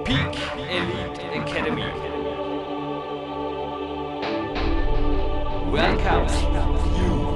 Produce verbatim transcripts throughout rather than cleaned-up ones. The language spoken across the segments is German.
Peak Elite Academy. Welcome you.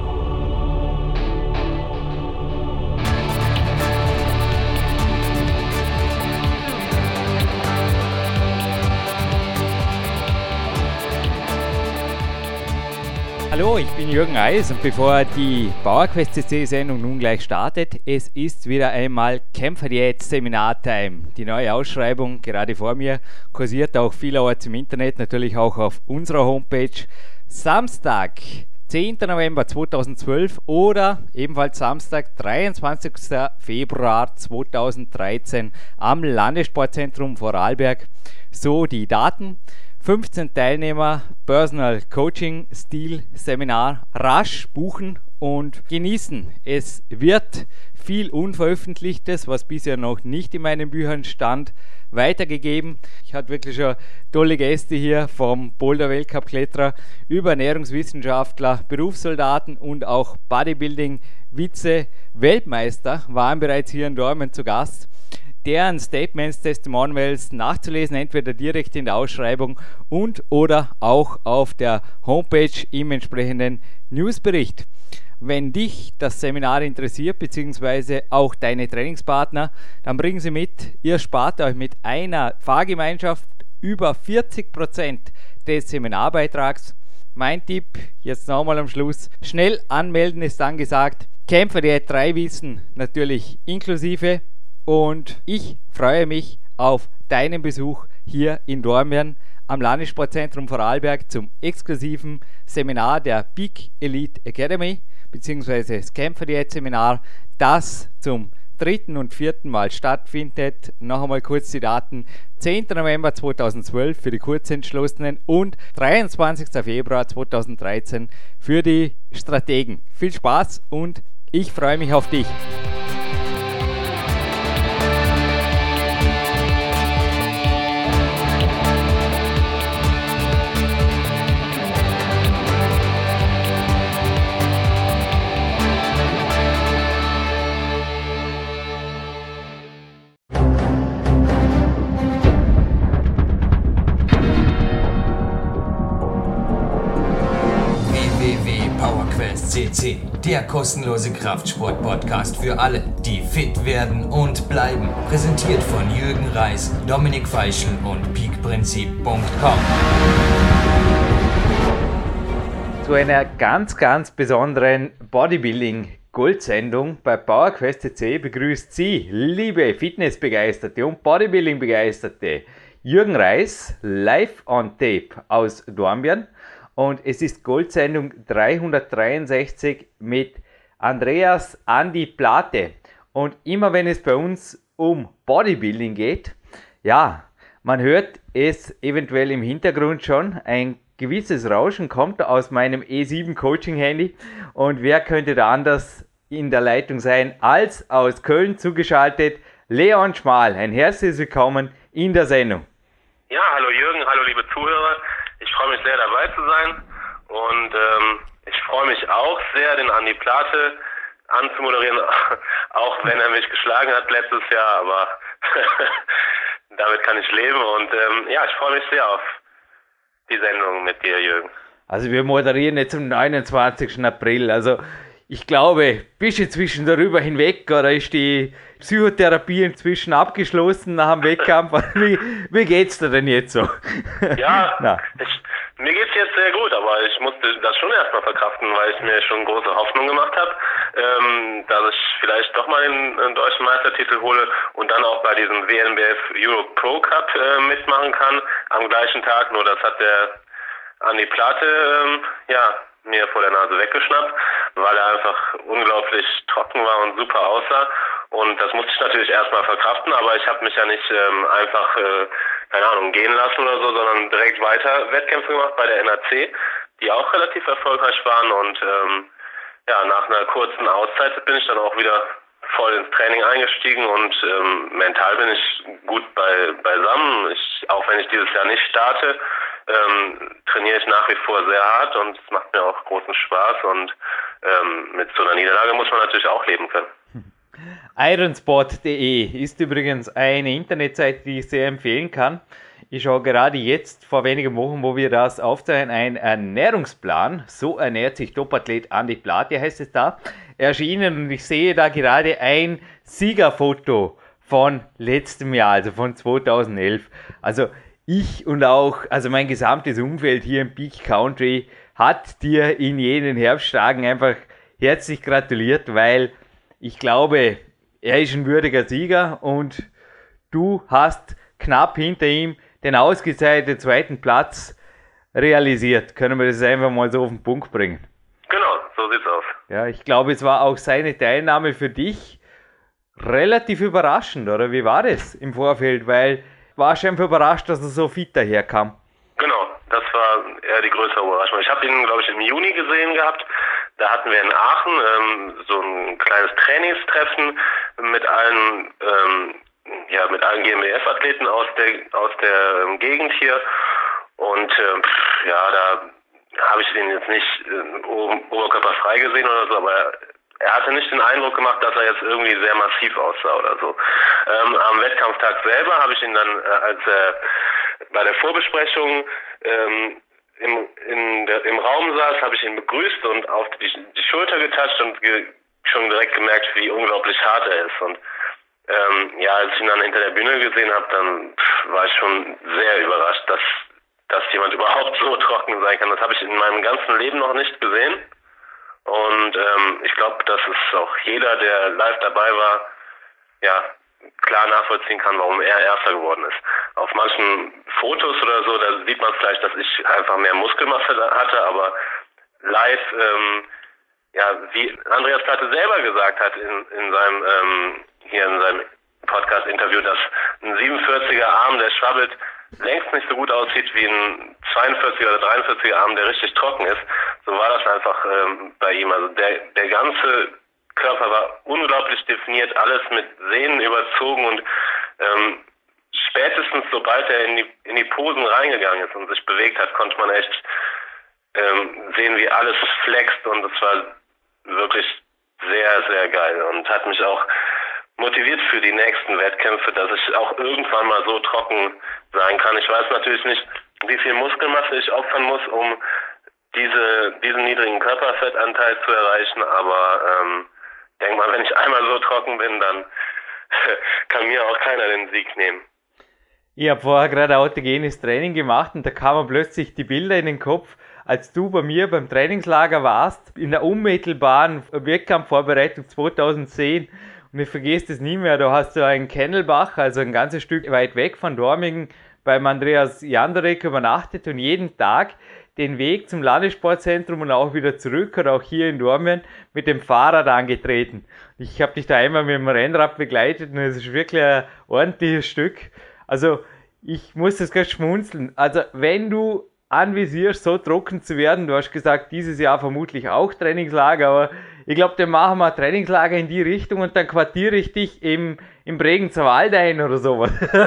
Hallo, ich bin Jürgen Reis und bevor die PowerQuest C C-Sendung nun gleich startet, es ist wieder einmal Kämpferdiät Seminar-Time. Die neue Ausschreibung gerade vor mir kursiert auch vielerorts im Internet, natürlich auch auf unserer Homepage. Samstag, zehnten November zweitausendzwölf oder ebenfalls Samstag, dreiundzwanzigsten Februar zweitausenddreizehn am Landessportzentrum Vorarlberg. So die Daten. fünfzehn Teilnehmer, Personal Coaching Stil Seminar, rasch buchen und genießen. Es wird viel Unveröffentlichtes, was bisher noch nicht in meinen Büchern stand, weitergegeben. Ich hatte wirklich schon tolle Gäste hier, vom Boulder Weltcup Kletterer über Ernährungswissenschaftler, Berufssoldaten und auch Bodybuilding Vize Weltmeister waren bereits hier in Dormen zu Gast. Deren Statements, Testimonials nachzulesen, entweder direkt in der Ausschreibung und oder auch auf der Homepage im entsprechenden Newsbericht. Wenn dich das Seminar interessiert, beziehungsweise auch deine Trainingspartner, dann bringen sie mit. Ihr spart euch mit einer Fahrgemeinschaft über vierzig Prozent des Seminarbeitrags. Mein Tipp, jetzt nochmal am Schluss, schnell anmelden ist angesagt. Kämpferdiät drei Wissen natürlich inklusive. Und ich freue mich auf deinen Besuch hier in Dornbirn am Landessportzentrum Vorarlberg zum exklusiven Seminar der Peak Elite Academy bzw. das Kämpferdiät-Seminar, das zum dritten und vierten Mal stattfindet. Noch einmal kurz die Daten: zehnten November zweitausendzwölf für die Kurzentschlossenen und dreiundzwanzigsten Februar zweitausenddreizehn für die Strategen. Viel Spaß und ich freue mich auf dich. C C, der kostenlose Kraftsport-Podcast für alle, die fit werden und bleiben. Präsentiert von Jürgen Reis, Dominik Feischl und peak prinzip punkt com. Zu einer ganz, ganz besonderen Bodybuilding-Goldsendung bei PowerQuest C C begrüßt Sie, liebe Fitnessbegeisterte und Bodybuilding-Begeisterte, Jürgen Reis, live on tape aus Dornbirn. Und es ist Goldsendung dreihundertdreiundsechzig mit Andreas Andi Plate. Und immer wenn es bei uns um Bodybuilding geht, ja, man hört es eventuell im Hintergrund schon, ein gewisses Rauschen kommt aus meinem E sieben Coaching Handy. Und wer könnte da anders in der Leitung sein als aus Köln zugeschaltet Leon Schmal. Ein herzliches Willkommen in der Sendung. Ja, hallo Jürgen, hallo liebe Zuhörer. Ich freue mich sehr, dabei zu sein und ähm, ich freue mich auch sehr, den Andi Plate anzumoderieren, auch wenn er mich geschlagen hat letztes Jahr, aber damit kann ich leben und ähm, ja, ich freue mich sehr auf die Sendung mit dir, Jürgen. Also wir moderieren jetzt am neunundzwanzigsten April, also ich glaube, bist du inzwischen darüber hinweg oder ist die Psychotherapie inzwischen abgeschlossen nach dem Wettkampf? Wie, wie geht's dir denn jetzt so? Ja, ich, mir geht's jetzt sehr gut, aber ich musste das schon erstmal verkraften, weil ich mir schon große Hoffnung gemacht habe, ähm, dass ich vielleicht doch mal den, den deutschen Meistertitel hole und dann auch bei diesem W N B F Europe Pro Cup äh, mitmachen kann am gleichen Tag. Nur das hat der Andi Plate ähm, ja mir vor der Nase weggeschnappt, weil er einfach unglaublich trocken war und super aussah. Und das musste ich natürlich erstmal verkraften, aber ich habe mich ja nicht ähm, einfach, äh, keine Ahnung, gehen lassen oder so, sondern direkt weiter Wettkämpfe gemacht bei der N A C, die auch relativ erfolgreich waren. Und ähm, ja, nach einer kurzen Auszeit bin ich dann auch wieder voll ins Training eingestiegen und ähm, mental bin ich gut bei, beisammen. Ich, auch wenn ich dieses Jahr nicht starte, ähm, trainiere ich nach wie vor sehr hart und es macht mir auch großen Spaß und ähm, mit so einer Niederlage muss man natürlich auch leben können. Ironsport punkt de ist übrigens eine Internetseite, die ich sehr empfehlen kann. Ich schaue gerade jetzt, vor wenigen Wochen, wo wir das aufzeichnen, einen Ernährungsplan. So ernährt sich Topathlet Andi Plati, heißt es da, erschienen. Und ich sehe da gerade ein Siegerfoto von letztem Jahr, also von zweitausendelf. Also ich und auch, also mein gesamtes Umfeld hier im Peak Country hat dir in jenen Herbsttagen einfach herzlich gratuliert, weil ich glaube, er ist ein würdiger Sieger und du hast knapp hinter ihm den ausgezeichneten zweiten Platz realisiert. Können wir das einfach mal so auf den Punkt bringen? Genau, so sieht's aus. Ja, ich glaube, es war auch seine Teilnahme für dich relativ überraschend, oder wie war das im Vorfeld? Weil war schon überrascht, dass er so fit daherkam. Genau, das war eher die größere Überraschung. Ich habe ihn, glaube ich, im Juni gesehen gehabt. Da hatten wir in Aachen ähm, so ein kleines Trainingstreffen mit allen, ähm, ja, mit allen G M B F-Athleten aus der aus der ähm, Gegend hier. Und äh, ja, da habe ich den jetzt nicht äh, oberkörperfrei gesehen oder so, aber er hatte nicht den Eindruck gemacht, dass er jetzt irgendwie sehr massiv aussah oder so. Ähm, am Wettkampftag selber habe ich ihn dann, äh, als er bei der Vorbesprechung ähm, im, in der, im Raum saß, habe ich ihn begrüßt und auf die, die Schulter getatscht und ge, schon direkt gemerkt, wie unglaublich hart er ist. Und ähm, ja, als ich ihn dann hinter der Bühne gesehen habe, dann pff, war ich schon sehr überrascht, dass, dass jemand überhaupt so trocken sein kann. Das habe ich in meinem ganzen Leben noch nicht gesehen. Und ähm, ich glaube, dass es auch jeder, der live dabei war, ja, klar nachvollziehen kann, warum er Erster geworden ist. Auf manchen Fotos oder so, da sieht man vielleicht, dass ich einfach mehr Muskelmasse hatte, aber live, ähm, ja, wie Andreas Platte selber gesagt hat in, in seinem, ähm, hier in seinem Podcast-Interview, dass ein siebenundvierziger Arm, der schwabbelt, längst nicht so gut aussieht wie ein zweiundvierziger oder dreiundvierziger Arm, der richtig trocken ist. So war das einfach ähm, bei ihm. Also der, der ganze Körper war unglaublich definiert, alles mit Sehnen überzogen und ähm, spätestens sobald er in die, in die Posen reingegangen ist und sich bewegt hat, konnte man echt ähm, sehen, wie alles flext, und das war wirklich sehr, sehr geil und hat mich auch motiviert für die nächsten Wettkämpfe, dass ich auch irgendwann mal so trocken sein kann. Ich weiß natürlich nicht, wie viel Muskelmasse ich opfern muss, um diese diesen niedrigen Körperfettanteil zu erreichen, aber ähm, denk mal, wenn ich einmal so trocken bin, dann kann mir auch keiner den Sieg nehmen. Ich habe vorher gerade autogenes Training gemacht und da kamen plötzlich die Bilder in den Kopf, als du bei mir beim Trainingslager warst, in der unmittelbaren Wettkampfvorbereitung zweitausendzehn. Und ich vergesse das nie mehr, da hast du einen Kennelbach, also ein ganzes Stück weit weg von Dormingen, beim Andreas Janderek übernachtet und jeden Tag den Weg zum Landessportzentrum und auch wieder zurück oder auch hier in Dormien mit dem Fahrrad angetreten. Ich habe dich da einmal mit dem Rennrad begleitet und es ist wirklich ein ordentliches Stück. Also ich muss das gerade schmunzeln. Also wenn du anvisierst, so trocken zu werden, du hast gesagt, dieses Jahr vermutlich auch Trainingslager, aber ich glaube, dann machen wir ein Trainingslager in die Richtung und dann quartiere ich dich im, im Bregenzer Wald ein oder sowas.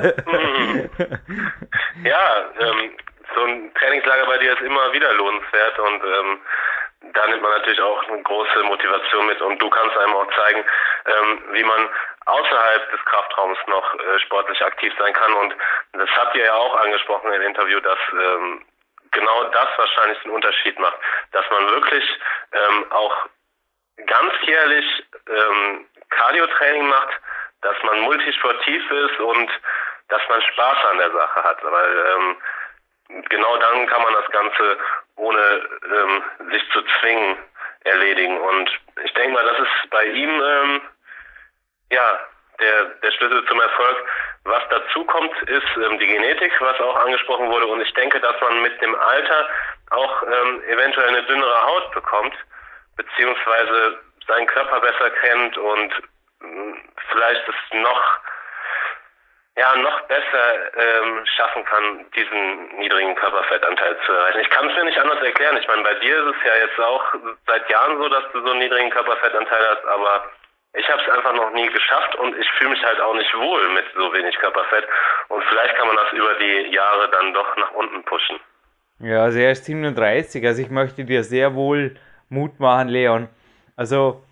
Ja, ähm, so ein Trainingslager bei dir ist immer wieder lohnenswert und ähm, da nimmt man natürlich auch eine große Motivation mit und du kannst einem auch zeigen, ähm, wie man außerhalb des Kraftraums noch äh, sportlich aktiv sein kann, und das habt ihr ja auch angesprochen im Interview, dass ähm, genau das wahrscheinlich den Unterschied macht, dass man wirklich ähm, auch ganzjährlich ähm, Cardio-Training macht, dass man multisportiv ist und dass man Spaß an der Sache hat, weil ähm, genau dann kann man das Ganze ohne ähm, sich zu zwingen erledigen, und ich denke mal, das ist bei ihm ähm, ja der der Schlüssel zum Erfolg. Was dazu kommt, ist ähm, die Genetik, was auch angesprochen wurde, und ich denke, dass man mit dem Alter auch ähm, eventuell eine dünnere Haut bekommt, beziehungsweise seinen Körper besser kennt und mh, vielleicht es noch ja noch besser ähm, schaffen kann, diesen niedrigen Körperfettanteil zu erreichen. Ich kann es mir nicht anders erklären. Ich meine, bei dir ist es ja jetzt auch seit Jahren so, dass du so einen niedrigen Körperfettanteil hast, aber ich habe es einfach noch nie geschafft und ich fühle mich halt auch nicht wohl mit so wenig Körperfett, und vielleicht kann man das über die Jahre dann doch nach unten pushen. Ja, also er ist siebenunddreißig, also ich möchte dir sehr wohl Mut machen, Leon. Also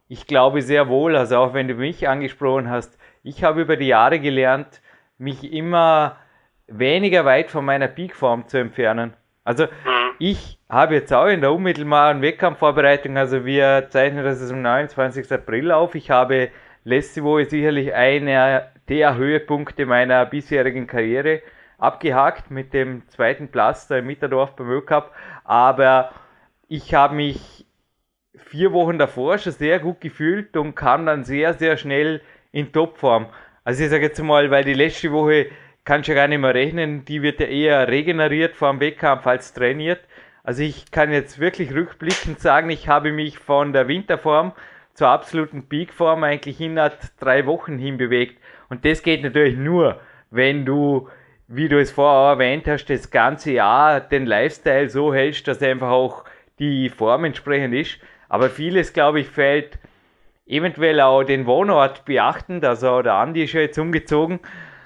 ich glaube sehr wohl, also auch wenn du mich angesprochen hast, ich habe über die Jahre gelernt, mich immer weniger weit von meiner Peakform zu entfernen. Also Mhm. ich habe jetzt auch in der unmittelbaren Wettkampfvorbereitung, also wir zeichnen das am neunundzwanzigsten April auf, ich habe letzte Woche sicherlich einer der Höhepunkte meiner bisherigen Karriere abgehakt mit dem zweiten Platz da im Mitterdorf beim World Cup, aber ich habe mich vier Wochen davor schon sehr gut gefühlt und kam dann sehr, sehr schnell in Topform. Also ich sage jetzt mal, weil die letzte Woche kannst du ja gar nicht mehr rechnen, die wird ja eher regeneriert vor dem Wettkampf als trainiert. Also ich kann jetzt wirklich rückblickend sagen, ich habe mich von der Winterform zur absoluten Peakform eigentlich innerhalb drei Wochen hinbewegt. Und das geht natürlich nur, wenn du, wie du es vorher erwähnt hast, das ganze Jahr den Lifestyle so hältst, dass einfach auch die Form entsprechend ist. Aber vieles, glaube ich, fällt eventuell auch den Wohnort beachtend. Also der Andi ist ja jetzt umgezogen.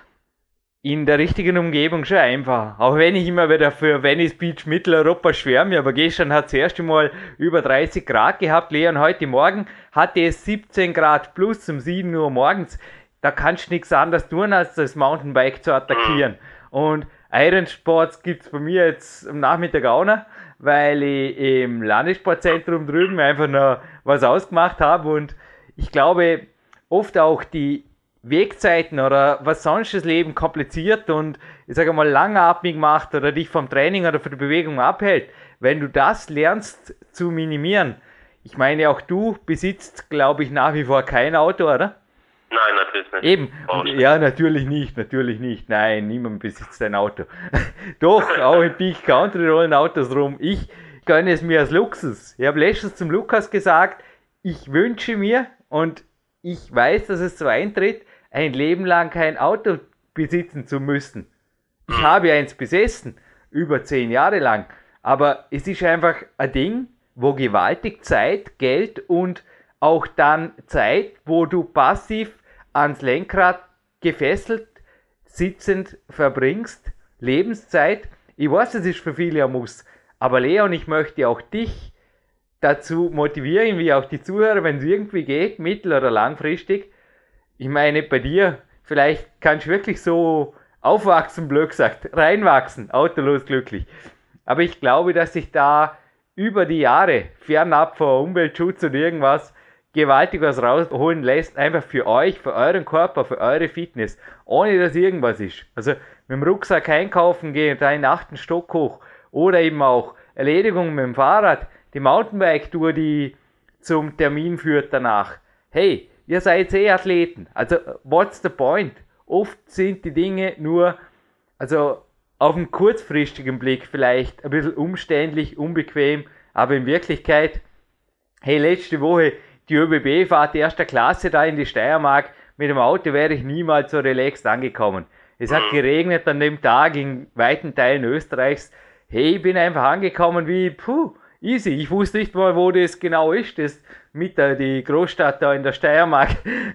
In der richtigen Umgebung schon einfach. Auch wenn ich immer wieder für Venice Beach Mitteleuropa schwärme, aber gestern hat es das erste Mal über dreißig Grad gehabt. Leon, heute Morgen hatte es siebzehn Grad plus um sieben Uhr morgens. Da kannst du nichts anderes tun, als das Mountainbike zu attackieren. Und Iron Sports gibt es bei mir jetzt am Nachmittag auch noch, weil ich im Landessportzentrum drüben einfach noch was ausgemacht habe. Und ich glaube, oft auch die Wegzeiten oder was sonst das Leben kompliziert und ich sage mal langatmig macht oder dich vom Training oder von der Bewegung abhält, wenn du das lernst zu minimieren. Ich meine, auch du besitzt, glaube ich, nach wie vor kein Auto, oder? Nein, natürlich nicht. Eben, und, ja, natürlich nicht, natürlich nicht. Nein, niemand besitzt ein Auto. Doch, auch in Peak Country rollen Autos rum. Ich gönne es mir als Luxus. Ich habe letztens zum Lukas gesagt, ich wünsche mir und ich weiß, dass es so eintritt, ein Leben lang kein Auto besitzen zu müssen. Ich habe eins besessen, über zehn Jahre lang. Aber es ist einfach ein Ding, wo gewaltig Zeit, Geld und auch dann Zeit, wo du passiv ans Lenkrad gefesselt, sitzend verbringst, Lebenszeit. Ich weiß, das ist für viele ein Muss. Aber Leon, ich möchte auch dich dazu motivieren, wie auch die Zuhörer, wenn es irgendwie geht, mittel- oder langfristig. Ich meine, bei dir, vielleicht kannst du wirklich so aufwachsen, blöd gesagt, reinwachsen, autolos glücklich. Aber ich glaube, dass sich da über die Jahre, fernab von Umweltschutz und irgendwas, gewaltig was rausholen lässt, einfach für euch, für euren Körper, für eure Fitness, ohne dass irgendwas ist. Also mit dem Rucksack einkaufen gehen, da in den achten Stock hoch oder eben auch Erledigung mit dem Fahrrad, die Mountainbike-Tour, die zum Termin führt danach. Hey, ihr seid eh Athleten, also what's the point? Oft sind die Dinge nur, also auf einen kurzfristigen Blick vielleicht ein bisschen umständlich, unbequem, aber in Wirklichkeit, hey, letzte Woche die ÖBB-Fahrt erster Klasse da in die Steiermark, mit dem Auto wäre ich niemals so relaxed angekommen. Es hat geregnet an dem Tag in weiten Teilen Österreichs. Hey, ich bin einfach angekommen wie, puh, easy. Ich wusste nicht mal, wo das genau ist, das mit der, die Großstadt da in der Steiermark.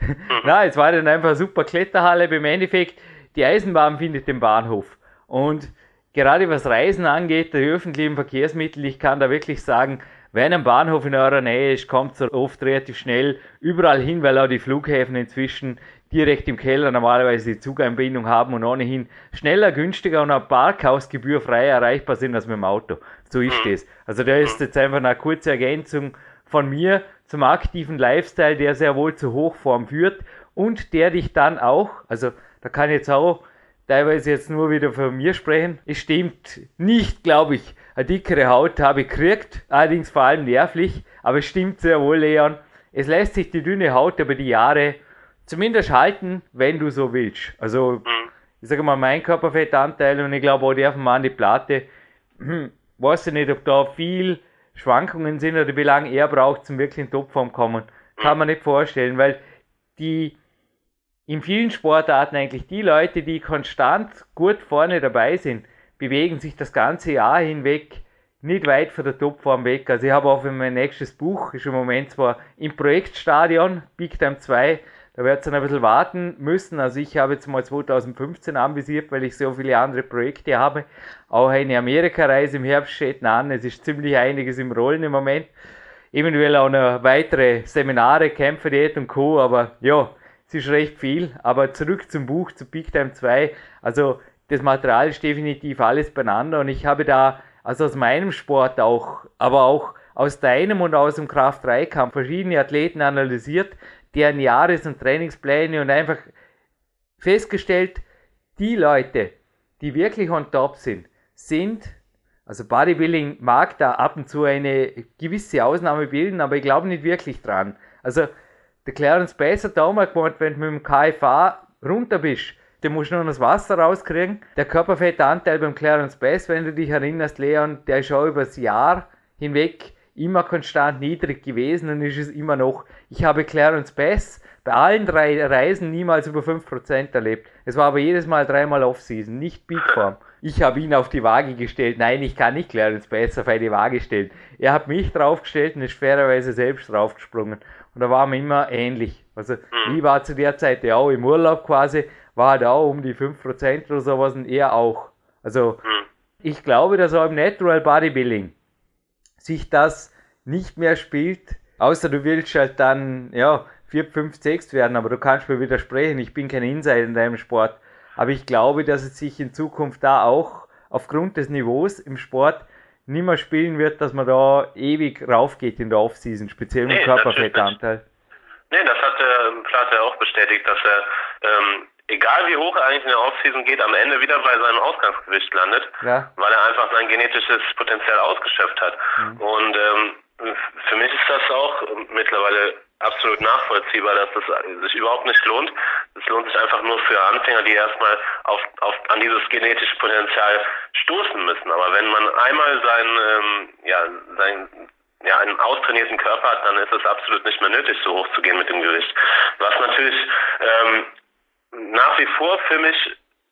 Nein, es war dann einfach eine super Kletterhalle. Im Endeffekt, die Eisenbahn findet den Bahnhof. Und gerade was Reisen angeht, die öffentlichen Verkehrsmittel, ich kann da wirklich sagen, wenn ein Bahnhof in eurer Nähe ist, kommt es oft relativ schnell überall hin, weil auch die Flughäfen inzwischen direkt im Keller normalerweise die Zuganbindung haben und ohnehin schneller, günstiger und auch parkhausgebührfrei erreichbar sind als mit dem Auto. So ist es. Also da ist jetzt einfach eine kurze Ergänzung von mir zum aktiven Lifestyle, der sehr wohl zur Hochform führt und der dich dann auch, also da kann ich jetzt auch teilweise jetzt nur wieder von mir sprechen. Es stimmt nicht, glaube ich, eine dickere Haut habe ich gekriegt, allerdings vor allem nervlich, aber es stimmt sehr wohl, Leon. Es lässt sich die dünne Haut über die Jahre zumindest halten, wenn du so willst. Also, ich sage mal, mein Körperfettanteil und ich glaube auch der von Andi Plate, hm, weiß ich nicht, ob da viel Schwankungen sind oder wie lange er braucht, zum wirklich in Topform kommen. Kann man nicht vorstellen, weil die in vielen Sportarten eigentlich die Leute, die konstant gut vorne dabei sind, bewegen sich das ganze Jahr hinweg nicht weit von der Topform weg. Also ich habe auch für mein nächstes Buch, ist im Moment zwar im Projektstadion, Big Time zwei, da wird es dann ein bisschen warten müssen. Also ich habe jetzt mal zweitausendfünfzehn anvisiert, weil ich so viele andere Projekte habe. Auch eine Amerikareise im Herbst steht an, es ist ziemlich einiges im Rollen im Moment. eventuell auch noch weitere Seminare, Kämpferdiät und Co. Aber ja, es ist recht viel. Aber zurück zum Buch, zu Peak Time zwei. Also das Material ist definitiv alles beieinander und ich habe da, also aus meinem Sport auch, aber auch aus deinem und aus dem Kraft-Dreikampf verschiedene Athleten analysiert, deren Jahres- und Trainingspläne und einfach festgestellt, die Leute, die wirklich on top sind, sind, also Bodybuilding mag da ab und zu eine gewisse Ausnahme bilden, aber ich glaube nicht wirklich dran. Also der Clarence Bass hat auch mal gemeint, wenn du mit dem K F A runter bist, dann musst du nur das Wasser rauskriegen. Der Körperfettanteil beim Clarence Bass, wenn du dich erinnerst, Leon, der ist auch über das Jahr hinweg immer konstant niedrig gewesen und ist es immer noch. Ich habe Clarence Bass bei allen drei Reisen niemals über fünf Prozent erlebt. Es war aber jedes Mal dreimal Off-Season, nicht Peakform. Ich habe ihn auf die Waage gestellt. Nein, ich kann nicht Clarence Bass auf eine Waage stellen. Er hat mich draufgestellt und ist fairerweise selbst draufgesprungen. Und da waren wir immer ähnlich. Also ich war zu der Zeit ja auch im Urlaub quasi, war da auch um die fünf Prozent oder sowas und er auch. Also ich glaube, dass auch im Natural Bodybuilding sich das nicht mehr spielt, außer du willst halt dann, ja, vier, fünf, sechs werden, aber du kannst mir widersprechen, ich bin kein Insider in deinem Sport, aber ich glaube, dass es sich in Zukunft da auch aufgrund des Niveaus im Sport nicht mehr spielen wird, dass man da ewig raufgeht in der Offseason, speziell mit nee, Körperfettanteil. Nee, das hat der Plate auch bestätigt, dass er, ähm, egal wie hoch er eigentlich in der Offseason geht, am Ende wieder bei seinem Ausgangsgewicht landet, ja. Weil er einfach sein genetisches Potenzial ausgeschöpft hat. Mhm. Und ähm, für mich ist das auch mittlerweile absolut nachvollziehbar, dass das sich überhaupt nicht lohnt. Es lohnt sich einfach nur für Anfänger, die erstmal auf, auf, an dieses genetische Potenzial stoßen müssen. Aber wenn man einmal seinen, ähm, ja, seinen, ja, einen austrainierten Körper hat, dann ist es absolut nicht mehr nötig, so hoch zu gehen mit dem Gewicht. Was natürlich ähm, nach wie vor für mich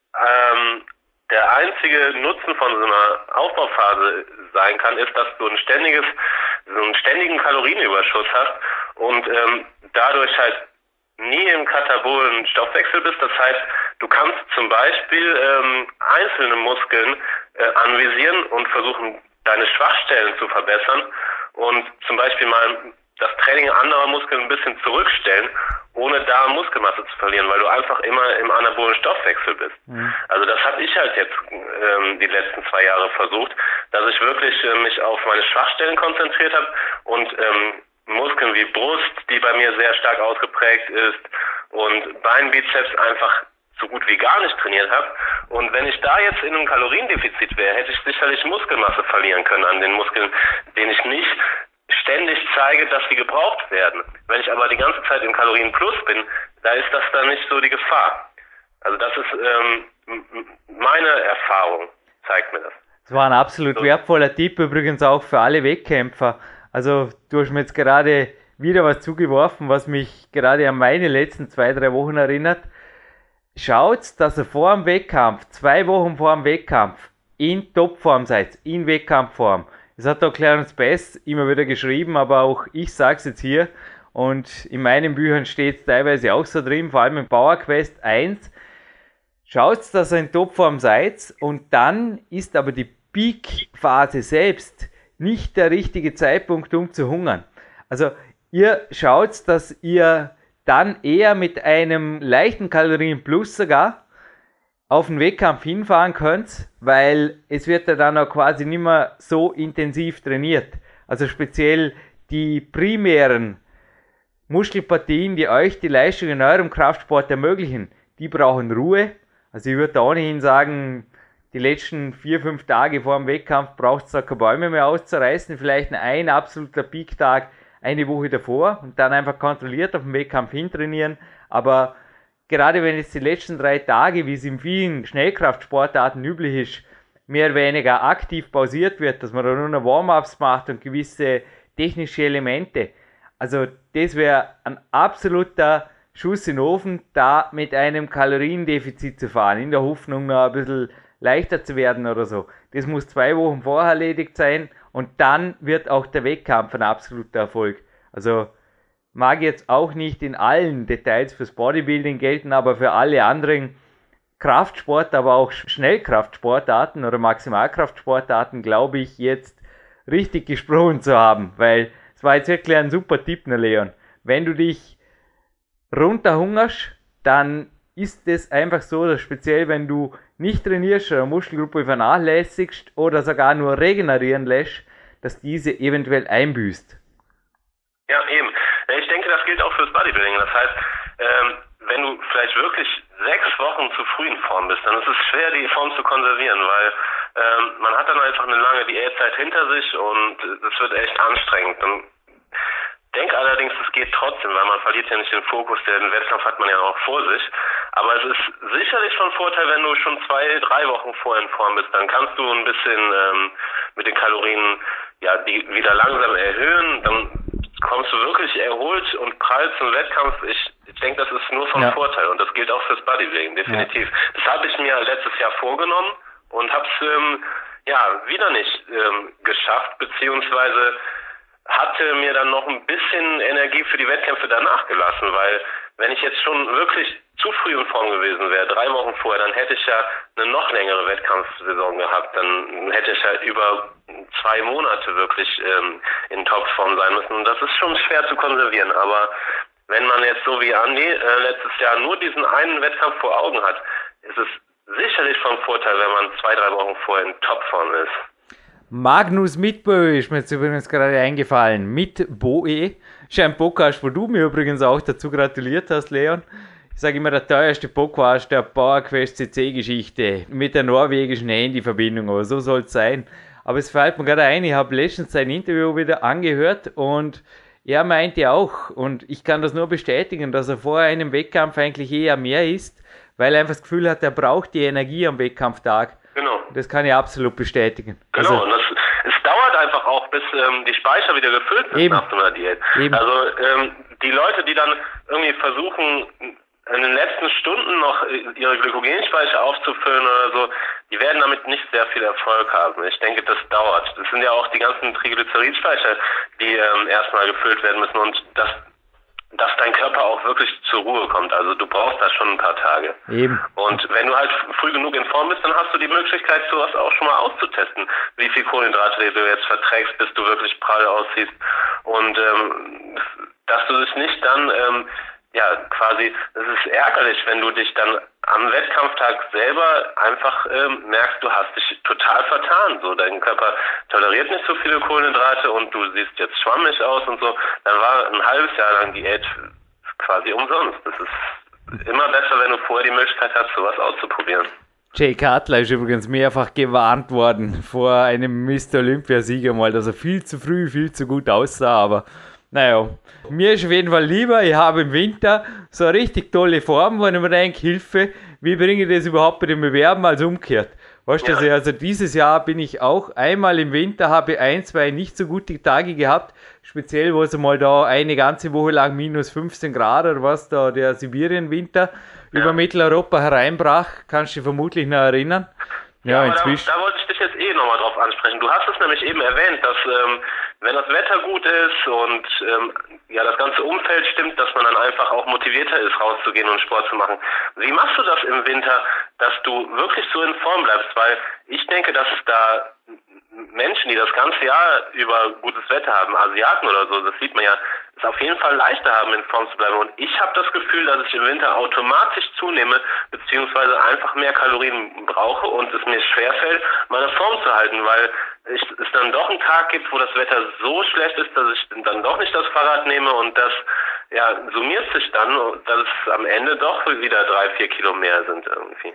ähm, der einzige Nutzen von so einer Aufbauphase sein kann, ist, dass du ein ständiges, so einen ständigen Kalorienüberschuss hast und ähm, dadurch halt nie im katabolen Stoffwechsel bist. Das heißt, du kannst zum Beispiel ähm, einzelne Muskeln äh, anvisieren und versuchen, deine Schwachstellen zu verbessern und zum Beispiel mal das Training anderer Muskeln ein bisschen zurückstellen, ohne da Muskelmasse zu verlieren, weil du einfach immer im anabolen Stoffwechsel bist. Mhm. Also das habe ich halt jetzt ähm, die letzten zwei Jahre versucht, dass ich wirklich äh, mich auf meine Schwachstellen konzentriert habe und ähm, Muskeln wie Brust, die bei mir sehr stark ausgeprägt ist, und Beinbizeps einfach so gut wie gar nicht trainiert habe. Und wenn ich da jetzt in einem Kaloriendefizit wäre, hätte ich sicherlich Muskelmasse verlieren können an den Muskeln, denen ich nicht ständig zeige, dass sie gebraucht werden. Wenn ich aber die ganze Zeit im Kalorienplus bin, da ist das dann nicht so die Gefahr. Also das ist ähm, meine Erfahrung, zeigt mir das. Das war ein absolut so wertvoller Tipp, übrigens auch für alle Wettkämpfer. Also du hast mir jetzt gerade wieder was zugeworfen, was mich gerade an meine letzten zwei, drei Wochen erinnert. Schaut, dass ihr vor dem Wettkampf, zwei Wochen vor dem Wettkampf, in Topform seid, in Wettkampfform. Das hat auch Clarence Bass immer wieder geschrieben, aber auch ich sage es jetzt hier. Und in meinen Büchern steht es teilweise auch so drin, vor allem in PowerQuest eins. Schaut, dass ihr in Topform seid, und dann ist aber die Peak-Phase selbst nicht der richtige Zeitpunkt, um zu hungern. Also ihr schaut, dass ihr dann eher mit einem leichten Kalorienplus sogar auf den Wettkampf hinfahren könnt, weil es wird ja dann auch quasi nicht mehr so intensiv trainiert. Also speziell die primären Muskelpartien, die euch die Leistung in eurem Kraftsport ermöglichen, die brauchen Ruhe. Also ich würde da ohnehin sagen, die letzten vier, fünf Tage vor dem Wettkampf braucht es da keine Bäume mehr auszureißen, vielleicht ein absoluter Peak-Tag eine Woche davor und dann einfach kontrolliert auf den Wettkampf hintrainieren. Aber gerade wenn jetzt die letzten drei Tage, wie es in vielen Schnellkraftsportarten üblich ist, mehr oder weniger aktiv pausiert wird, dass man da nur noch Warm-ups macht und gewisse technische Elemente. Also das wäre ein absoluter Schuss in den Ofen, da mit einem Kaloriendefizit zu fahren, in der Hoffnung noch ein bisschen leichter zu werden oder so. Das muss zwei Wochen vorher erledigt sein und dann wird auch der Wettkampf ein absoluter Erfolg. Also mag jetzt auch nicht in allen Details fürs Bodybuilding gelten, aber für alle anderen Kraftsport, aber auch Schnellkraftsportarten oder Maximalkraftsportarten glaube ich jetzt richtig gesprochen zu haben, weil es war jetzt wirklich ein super Tipp, ne Leon. Wenn du dich runterhungerst, dann ist es einfach so, dass speziell wenn du nicht trainierst oder eine Muskelgruppe vernachlässigst oder sogar nur regenerieren lässt, dass diese eventuell einbüßt. Ja, eben. Ich denke, das gilt auch fürs Bodybuilding. Das heißt, ähm, wenn du vielleicht wirklich sechs Wochen zu früh in Form bist, dann ist es schwer, die Form zu konservieren, weil ähm, man hat dann einfach eine lange Diätzeit hinter sich und es wird echt anstrengend. Und ich denke allerdings, es geht trotzdem, weil man verliert ja nicht den Fokus, den Wettkampf hat man ja auch vor sich. Aber es ist sicherlich von Vorteil, wenn du schon zwei, drei Wochen vorher in Form bist, dann kannst du ein bisschen ähm, mit den Kalorien ja die wieder langsam erhöhen, dann kommst du wirklich erholt und prall zum Wettkampf. Ich, ich denke, das ist nur von ja. Vorteil und das gilt auch fürs Bodybuilding, definitiv. Ja. Das habe ich mir letztes Jahr vorgenommen und habe es ähm, ja wieder nicht ähm, geschafft, beziehungsweise hatte mir dann noch ein bisschen Energie für die Wettkämpfe danach gelassen, weil wenn ich jetzt schon wirklich zu früh in Form gewesen wäre, drei Wochen vorher, dann hätte ich ja eine noch längere Wettkampfsaison gehabt. Dann hätte ich ja über zwei Monate wirklich ähm, in Topform sein müssen. Und das ist schon schwer zu konservieren. Aber wenn man jetzt so wie Andi äh, letztes Jahr nur diesen einen Wettkampf vor Augen hat, ist es sicherlich von Vorteil, wenn man zwei, drei Wochen vorher in Topform ist. Magnus Mitboe ist mir jetzt übrigens gerade eingefallen. Mitboe ist ein Podcast, wo du mir übrigens auch dazu gratuliert hast, Leon. Ich sage immer, der teuerste Podcast der PowerQuest C C-Geschichte mit der norwegischen Handyverbindung, aber so soll es sein. Aber es fällt mir gerade ein, ich habe letztens sein Interview wieder angehört und er meinte auch, und ich kann das nur bestätigen, dass er vor einem Wettkampf eigentlich eher mehr isst, weil er einfach das Gefühl hat, er braucht die Energie am Wettkampftag. Genau. Das kann ich absolut bestätigen. Genau, also, und das, es dauert einfach auch, bis ähm, die Speicher wieder gefüllt sind eben. nach so einer Diät. Eben. Also ähm, die Leute, die dann irgendwie versuchen, in den letzten Stunden noch ihre Glykogenspeicher aufzufüllen oder so, die werden damit nicht sehr viel Erfolg haben. Ich denke, das dauert. Das sind ja auch die ganzen Triglyceridspeicher, die ähm, erstmal gefüllt werden müssen und das dass dein Körper auch wirklich zur Ruhe kommt. Also du brauchst da schon ein paar Tage. Eben. Und wenn du halt früh genug in Form bist, dann hast du die Möglichkeit, sowas auch schon mal auszutesten. Wie viel Kohlenhydrate du jetzt verträgst, bis du wirklich prall aussiehst. Und ähm, dass du dich nicht dann, ähm, ja quasi, es ist ärgerlich, wenn du dich dann am Wettkampftag selber einfach ähm, merkst, du hast dich total vertan. So, dein Körper toleriert nicht so viele Kohlenhydrate und du siehst jetzt schwammig aus und so. Dann war ein halbes Jahr lang Diät quasi umsonst. Das ist immer besser, wenn du vorher die Möglichkeit hast, sowas auszuprobieren. Jay Cutler ist übrigens mehrfach gewarnt worden vor einem Mister Olympiasieger mal, dass er viel zu früh, viel zu gut aussah, aber naja, mir ist auf jeden Fall lieber, ich habe im Winter so eine richtig tolle Form, wo ich mir denke, Hilfe, wie bringe ich das überhaupt bei den Bewerben als umgekehrt? Weißt du, ja. Also dieses Jahr bin ich auch einmal im Winter, habe ein, zwei nicht so gute Tage gehabt, speziell wo es mal da eine ganze Woche lang minus fünfzehn Grad oder was da der Sibirienwinter ja. über Mitteleuropa hereinbrach, kannst du dich vermutlich noch erinnern. Ja, ja inzwischen. Da, da wollte ich dich jetzt eh nochmal drauf ansprechen. Du hast es nämlich eben erwähnt, dass ähm, wenn das Wetter gut ist und ähm, ja das ganze Umfeld stimmt, dass man dann einfach auch motivierter ist, rauszugehen und Sport zu machen. Wie machst du das im Winter, dass du wirklich so in Form bleibst? Weil ich denke, dass es da Menschen, die das ganze Jahr über gutes Wetter haben, Asiaten oder so, das sieht man ja, es auf jeden Fall leichter haben, in Form zu bleiben. Und ich habe das Gefühl, dass ich im Winter automatisch zunehme, beziehungsweise einfach mehr Kalorien brauche und es mir schwerfällt, meine Form zu halten, weil ich, es dann doch einen Tag gibt, wo das Wetter so schlecht ist, dass ich dann doch nicht das Fahrrad nehme und das ja, summiert sich dann, dass es am Ende doch wieder drei, vier Kilo mehr sind irgendwie.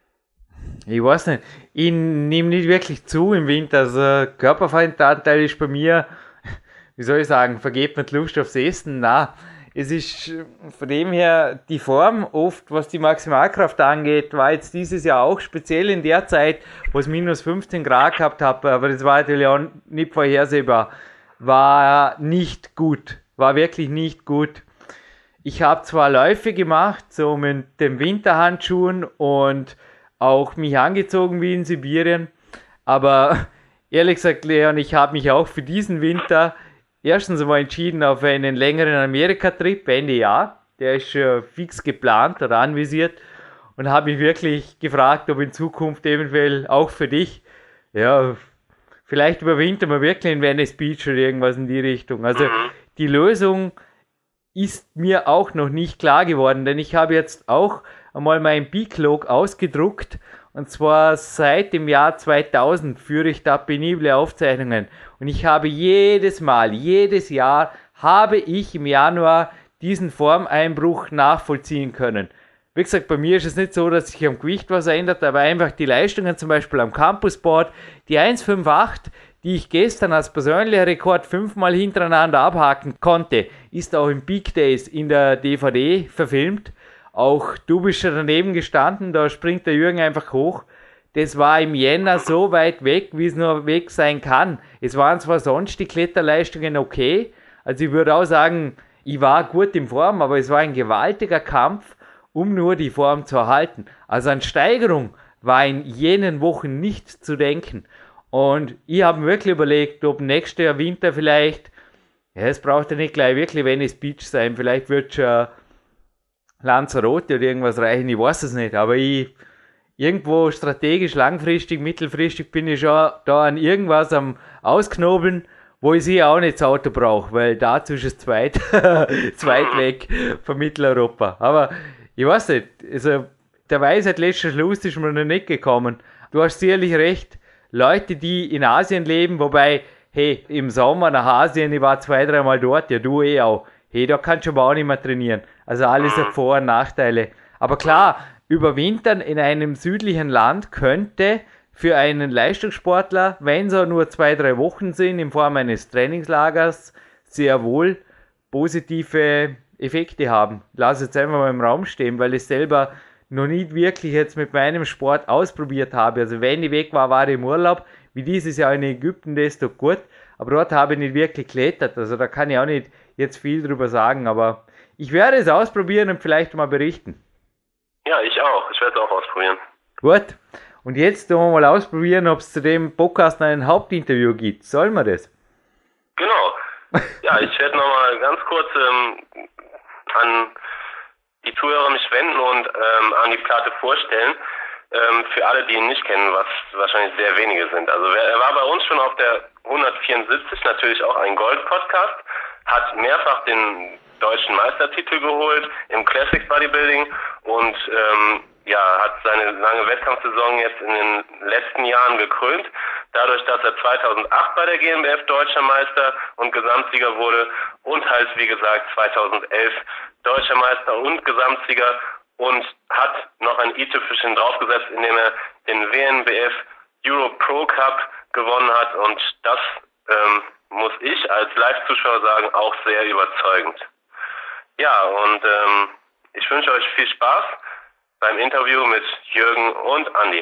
Ich weiß nicht, ich nehme nicht wirklich zu im Winter, also Körperfettanteil ist bei mir, wie soll ich sagen, vergeht mir die Lust aufs Essen, nein. Es ist von dem her die Form oft, was die Maximalkraft angeht, war jetzt dieses Jahr auch speziell in der Zeit, wo es minus fünfzehn Grad gehabt habe, aber das war natürlich auch nicht vorhersehbar, war nicht gut, war wirklich nicht gut. Ich habe zwar Läufe gemacht, so mit den Winterhandschuhen und auch mich angezogen wie in Sibirien, aber ehrlich gesagt, Leon, ich habe mich auch für diesen Winter erstens einmal entschieden auf einen längeren Amerika-Trip, Ende Jahr, der ist schon fix geplant oder anvisiert und habe mich wirklich gefragt, ob in Zukunft eventuell auch für dich, ja, vielleicht überwintern wir wirklich in Venice Beach oder irgendwas in die Richtung. Also mhm. die Lösung ist mir auch noch nicht klar geworden, denn ich habe jetzt auch einmal mein Peak-Log ausgedruckt und zwar seit dem Jahr zweitausend führe ich da penible Aufzeichnungen und ich habe jedes Mal, jedes Jahr habe ich im Januar diesen Formeinbruch nachvollziehen können. Wie gesagt, bei mir ist es nicht so, dass sich am Gewicht was ändert, aber einfach die Leistungen zum Beispiel am Campusboard, die eins Komma fünfundachtzig, die ich gestern als persönlicher Rekord fünfmal hintereinander abhaken konnte, ist auch im Peak Days in der D V D verfilmt. Auch du bist schon daneben gestanden, da springt der Jürgen einfach hoch. Das war im Jänner so weit weg, wie es nur weg sein kann. Es waren zwar sonst die Kletterleistungen okay, also ich würde auch sagen, ich war gut in Form, aber es war ein gewaltiger Kampf, um nur die Form zu erhalten. Also an Steigerung war in jenen Wochen nicht zu denken. Und ich habe mir wirklich überlegt, ob nächstes Jahr Winter vielleicht, ja, es braucht ja nicht gleich wirklich Venice Beach sein, vielleicht wird schon Lanzarote oder irgendwas reichen, ich weiß es nicht, aber ich irgendwo strategisch, langfristig, mittelfristig bin ich schon da an irgendwas am Ausknobeln, wo ich sie auch nicht das Auto brauche, weil dazu ist es zweit, zweit weg von Mitteleuropa. Aber ich weiß nicht, also der Weisheit letzter Schluss ist mir noch nicht gekommen. Du hast sicherlich recht, Leute, die in Asien leben, wobei, hey, im Sommer nach Asien, ich war zwei, dreimal dort, ja du eh auch, hey, da kannst du aber auch nicht mehr trainieren. Also alles hat Vor- und Nachteile. Aber klar, überwintern in einem südlichen Land könnte für einen Leistungssportler, wenn es auch nur zwei, drei Wochen sind, in Form eines Trainingslagers, sehr wohl positive Effekte haben. Lass jetzt einfach mal im Raum stehen, weil ich selber noch nicht wirklich jetzt mit meinem Sport ausprobiert habe. Also wenn ich weg war, war ich im Urlaub, wie dieses Jahr in Ägypten, das ist doch gut, aber dort habe ich nicht wirklich geklettert, also da kann ich auch nicht jetzt viel drüber sagen, aber ich werde es ausprobieren und vielleicht mal berichten. Ja, ich auch, ich werde es auch ausprobieren. Gut, und jetzt tun wir mal ausprobieren, ob es zu dem Podcast noch ein Hauptinterview gibt. Sollen wir das? Genau. Ja, ich werde nochmal ganz kurz ähm, an die Zuhörer mich wenden und ähm, an die Platte vorstellen. Ähm, für alle, die ihn nicht kennen, was wahrscheinlich sehr wenige sind. Also er war bei uns schon auf der hundertvierundsiebzig, natürlich auch ein Gold-Podcast, hat mehrfach den deutschen Meistertitel geholt im Classic Bodybuilding und ähm, ja, hat seine lange Wettkampfsaison jetzt in den letzten Jahren gekrönt, dadurch, dass er zweitausendacht bei der G N B F Deutscher Meister und Gesamtsieger wurde und halt, wie gesagt, zweitausendelf Deutscher Meister und Gesamtsieger und hat noch ein i-Tüpfelchen draufgesetzt, indem er den W N B F Euro Pro Cup gewonnen hat und das ähm, muss ich als Live-Zuschauer sagen, auch sehr überzeugend. Ja, und ähm, ich wünsche euch viel Spaß beim Interview mit Jürgen und Andi.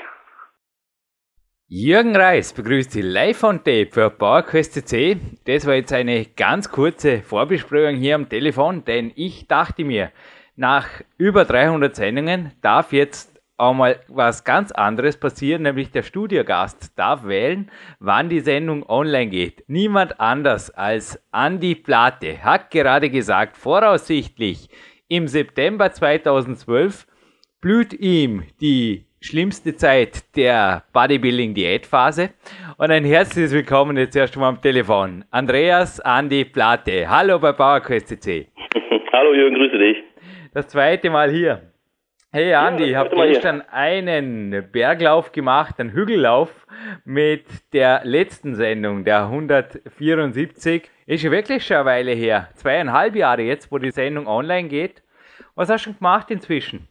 Jürgen Reis begrüßt Sie live on tape für PowerQuest C C. Das war jetzt eine ganz kurze Vorbesprechung hier am Telefon, denn ich dachte mir, nach über dreihundert Sendungen darf jetzt auch mal was ganz anderes passieren, nämlich der Studiogast darf wählen, wann die Sendung online geht. Niemand anders als Andi Plate hat gerade gesagt, voraussichtlich im September zweitausendzwölf blüht ihm die schlimmste Zeit der Bodybuilding-Diätphase. Und ein herzliches Willkommen jetzt erst mal am Telefon. Andreas Andi Plate. Hallo bei PowerQuest C C. Hallo Jürgen, grüße dich. Das zweite Mal hier. Hey Andi, ich ja, habe gestern hier einen Berglauf gemacht, einen Hügellauf mit der letzten Sendung, der hundertvierundsiebzig. Ist ja wirklich schon eine Weile her. Zweieinhalb Jahre jetzt, wo die Sendung online geht. Was hast du schon gemacht inzwischen?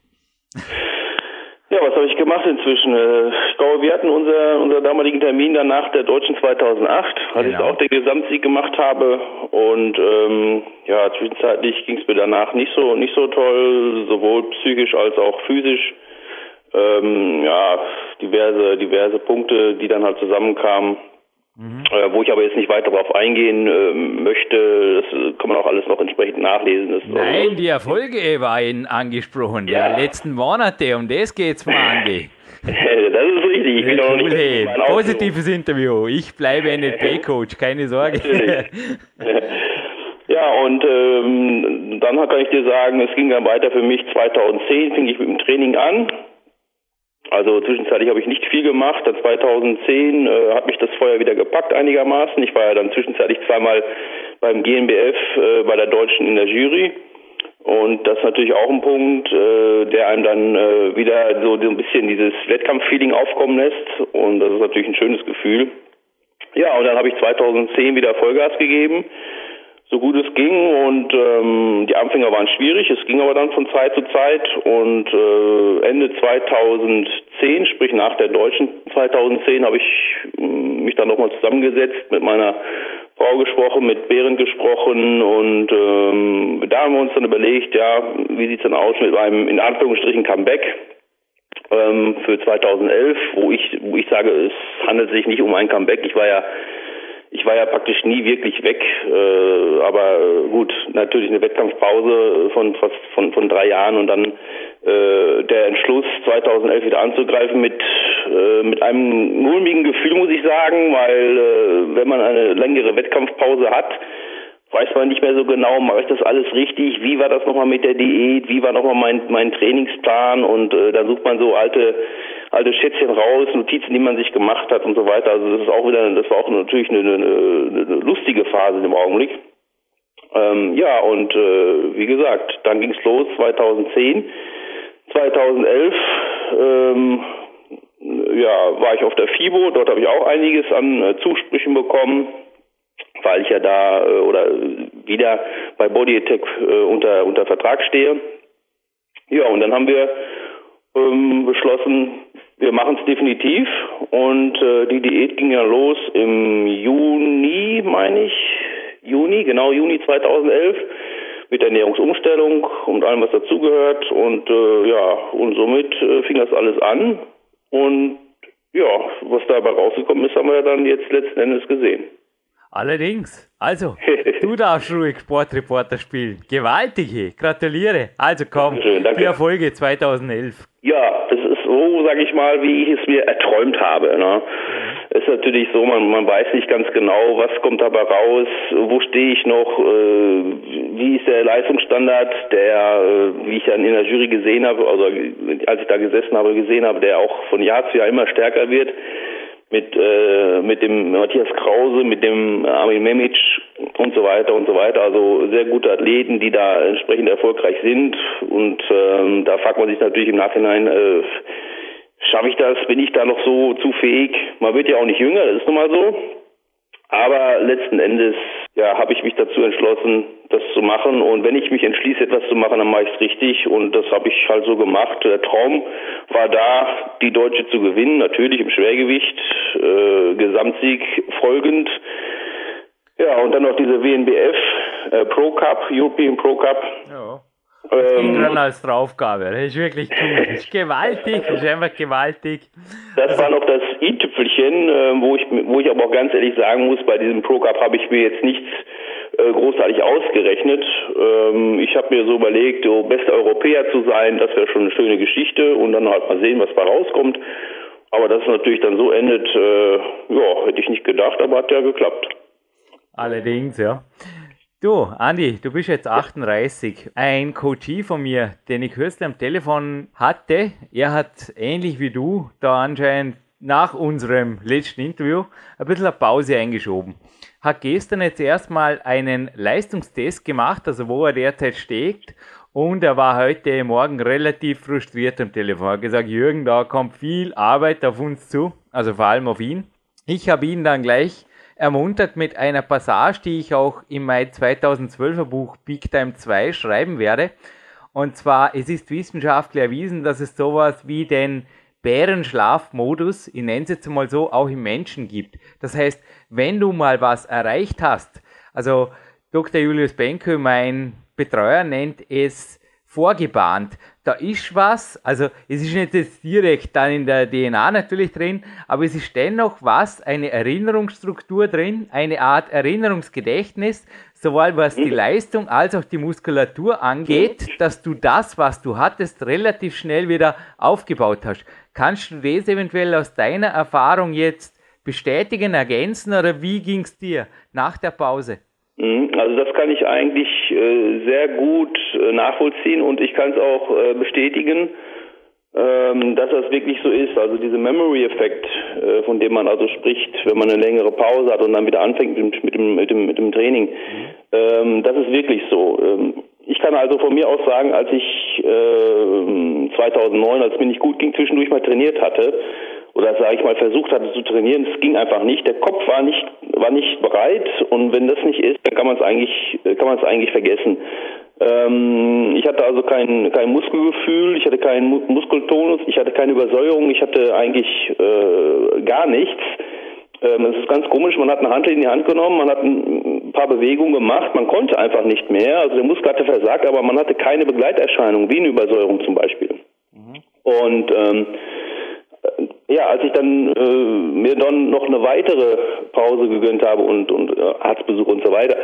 Ja, was habe ich gemacht inzwischen? Ich glaube, wir hatten unser, unser damaligen Termin dann nach der Deutschen zweitausendacht, als genau. ich auch den Gesamtsieg gemacht habe. Und ähm, ja, zwischenzeitlich ging es mir danach nicht so nicht so toll, sowohl psychisch als auch physisch. Ähm, ja, diverse diverse Punkte, die dann halt zusammenkamen. Mhm. Äh, wo ich aber jetzt nicht weiter darauf eingehen äh, möchte, das kann man auch alles noch entsprechend nachlesen. Das Nein, so, die Erfolge waren angesprochen, ja. Der letzten Monate, um das geht's mal, Andi. Das ist richtig. Ich bin cool, auch nicht hey. Positives Interview. Ich bleibe N L P-Coach, keine Sorge. Ja, und ähm, dann kann ich dir sagen, es ging dann weiter für mich. zweitausendzehn fing ich mit dem Training an. Also zwischenzeitlich habe ich nicht viel gemacht. Dann zweitausendzehn äh, hat mich das Feuer wieder gepackt einigermaßen. Ich war ja dann zwischenzeitlich zweimal beim G N B F äh, bei der Deutschen in der Jury. Und das ist natürlich auch ein Punkt, äh, der einem dann äh, wieder so, so ein bisschen dieses Wettkampffeeling aufkommen lässt. Und das ist natürlich ein schönes Gefühl. Ja, und dann habe ich zweitausendzehn wieder Vollgas gegeben, so gut es ging. Und ähm, die Anfänger waren schwierig, es ging aber dann von Zeit zu Zeit. Und äh, Ende zweitausendzehn, sprich nach der Deutschen zweitausendzehn, habe ich äh, mich dann nochmal zusammengesetzt, mit meiner Frau gesprochen, mit Behrend gesprochen und ähm, da haben wir uns dann überlegt, ja, wie sieht's dann aus mit einem, in Anführungsstrichen, Comeback ähm, für zweitausendelf, wo ich, wo ich sage, es handelt sich nicht um ein Comeback. Ich war ja, ich war ja praktisch nie wirklich weg, äh, aber gut, natürlich eine Wettkampfpause von fast von von drei Jahren und dann äh, der Entschluss, zweitausendelf wieder anzugreifen mit äh, mit einem mulmigen Gefühl, muss ich sagen, weil äh, wenn man eine längere Wettkampfpause hat, weiß man nicht mehr so genau, mache ich das alles richtig, wie war das nochmal mit der Diät, wie war nochmal mein mein Trainingsplan und äh, dann sucht man so alte alte Schätzchen raus, Notizen, die man sich gemacht hat und so weiter. Also das ist auch wieder, das war auch natürlich eine, eine, eine lustige Phase im Augenblick. Ähm, ja, und äh, wie gesagt, dann ging's los zweitausendzehn. zweitausendelf ähm, ja, war ich auf der FIBO, dort habe ich auch einiges an äh, Zusprüchen bekommen, weil ich ja da äh, oder wieder bei Body Attack äh, unter, unter Vertrag stehe. Ja, und dann haben wir ähm, beschlossen, wir machen es definitiv und äh, die Diät ging ja los im Juni, meine ich, Juni, genau Juni zweitausendelf mit der Ernährungsumstellung und allem, was dazugehört und äh, ja, und somit äh, fing das alles an und ja, was dabei rausgekommen ist, haben wir ja dann jetzt letzten Endes gesehen. Allerdings, also, du darfst ruhig Sportreporter spielen. Gewaltige, gratuliere. Also komm, Schön, die Erfolge zweitausendelf. Ja, das ist so, sag ich mal, wie ich es mir erträumt habe. Ne? Es ist natürlich so, man, man weiß nicht ganz genau, was kommt dabei raus, wo stehe ich noch, äh, wie ist der Leistungsstandard, der, äh, wie ich dann in der Jury gesehen habe, also als ich da gesessen habe, gesehen habe, der auch von Jahr zu Jahr immer stärker wird. Mit, äh, mit dem Matthias Krause, mit dem Armin Memic und so weiter und so weiter. Also sehr gute Athleten, die da entsprechend erfolgreich sind. Und ähm, da fragt man sich natürlich im Nachhinein, äh, schaffe ich das? Bin ich da noch so zu fähig? Man wird ja auch nicht jünger, das ist nun mal so. Aber letzten Endes ja, habe ich mich dazu entschlossen, das zu machen. Und wenn ich mich entschließe, etwas zu machen, dann mache ich es richtig. Und das habe ich halt so gemacht. Der Traum war da, die Deutsche zu gewinnen. Natürlich im Schwergewicht, äh, Gesamtsieg folgend. Ja, und dann noch diese W N B F äh, Pro Cup, European Pro Cup. Ja. Das ging dann als Draufgabe. Das ist wirklich cool. Das ist gewaltig, das ist einfach gewaltig. Das also, war noch das i-Tüpfelchen, äh, wo ich wo ich aber auch ganz ehrlich sagen muss, bei diesem Pro Cup habe ich mir jetzt nichts äh, großartig ausgerechnet. Ähm, ich habe mir so überlegt, so bester Europäer zu sein, das wäre schon eine schöne Geschichte und dann halt mal sehen, was da rauskommt. Aber dass es natürlich dann so endet, äh, ja, hätte ich nicht gedacht, aber hat ja geklappt. Allerdings, ja. Du, Andi, du bist jetzt achtunddreißig. Ein Coachie von mir, den ich kürzlich am Telefon hatte, er hat ähnlich wie du da anscheinend nach unserem letzten Interview ein bisschen eine Pause eingeschoben. Hat gestern jetzt erstmal einen Leistungstest gemacht, also wo er derzeit steht. Und er war heute Morgen relativ frustriert am Telefon. Er hat gesagt, Jürgen, da kommt viel Arbeit auf uns zu, also vor allem auf ihn. Ich habe ihn dann gleich ermuntert mit einer Passage, die ich auch in mein zweitausendzwölfer Buch Peak Time zwei schreiben werde. Und zwar, es ist wissenschaftlich erwiesen, dass es sowas wie den Bärenschlafmodus, ich nenne es jetzt mal so, auch im Menschen gibt. Das heißt, wenn du mal was erreicht hast, also Doktor Julius Benko, mein Betreuer, nennt es vorgebahnt. Da ist was, also es ist nicht jetzt direkt dann in der D N A natürlich drin, aber es ist dennoch was, eine Erinnerungsstruktur drin, eine Art Erinnerungsgedächtnis, sowohl was die Leistung als auch die Muskulatur angeht, dass du das, was du hattest, relativ schnell wieder aufgebaut hast. Kannst du das eventuell aus deiner Erfahrung jetzt bestätigen, ergänzen oder wie ging es dir nach der Pause? Also das kann ich eigentlich äh, sehr gut äh, nachvollziehen und ich kann es auch äh, bestätigen. ähm, dass das wirklich so ist. Also dieser Memory-Effekt, äh, von dem man also spricht, wenn man eine längere Pause hat und dann wieder anfängt mit, mit, dem, mit, dem, mit dem Training, mhm. ähm, das ist wirklich so. Ähm, ich kann also von mir aus sagen, als ich äh, zweitausendneun, als es mir nicht gut ging, zwischendurch mal trainiert hatte, oder sage ich mal versucht hatte zu trainieren, es ging einfach nicht. Der Kopf war nicht war nicht bereit, und wenn das nicht ist, dann kann man es eigentlich kann man es eigentlich vergessen. Ähm, ich hatte also kein kein Muskelgefühl, ich hatte keinen Mu- Muskeltonus, ich hatte keine Übersäuerung, ich hatte eigentlich äh, gar nichts. Ähm, es ist ganz komisch, man hat eine Hantel in die Hand genommen, man hat ein paar Bewegungen gemacht, man konnte einfach nicht mehr, also der Muskel hatte versagt, aber man hatte keine Begleiterscheinungen, wie eine Übersäuerung zum Beispiel. Mhm. Und ähm, ja, als ich dann äh, mir dann noch eine weitere Pause gegönnt habe und, und äh, Arztbesuch und so weiter,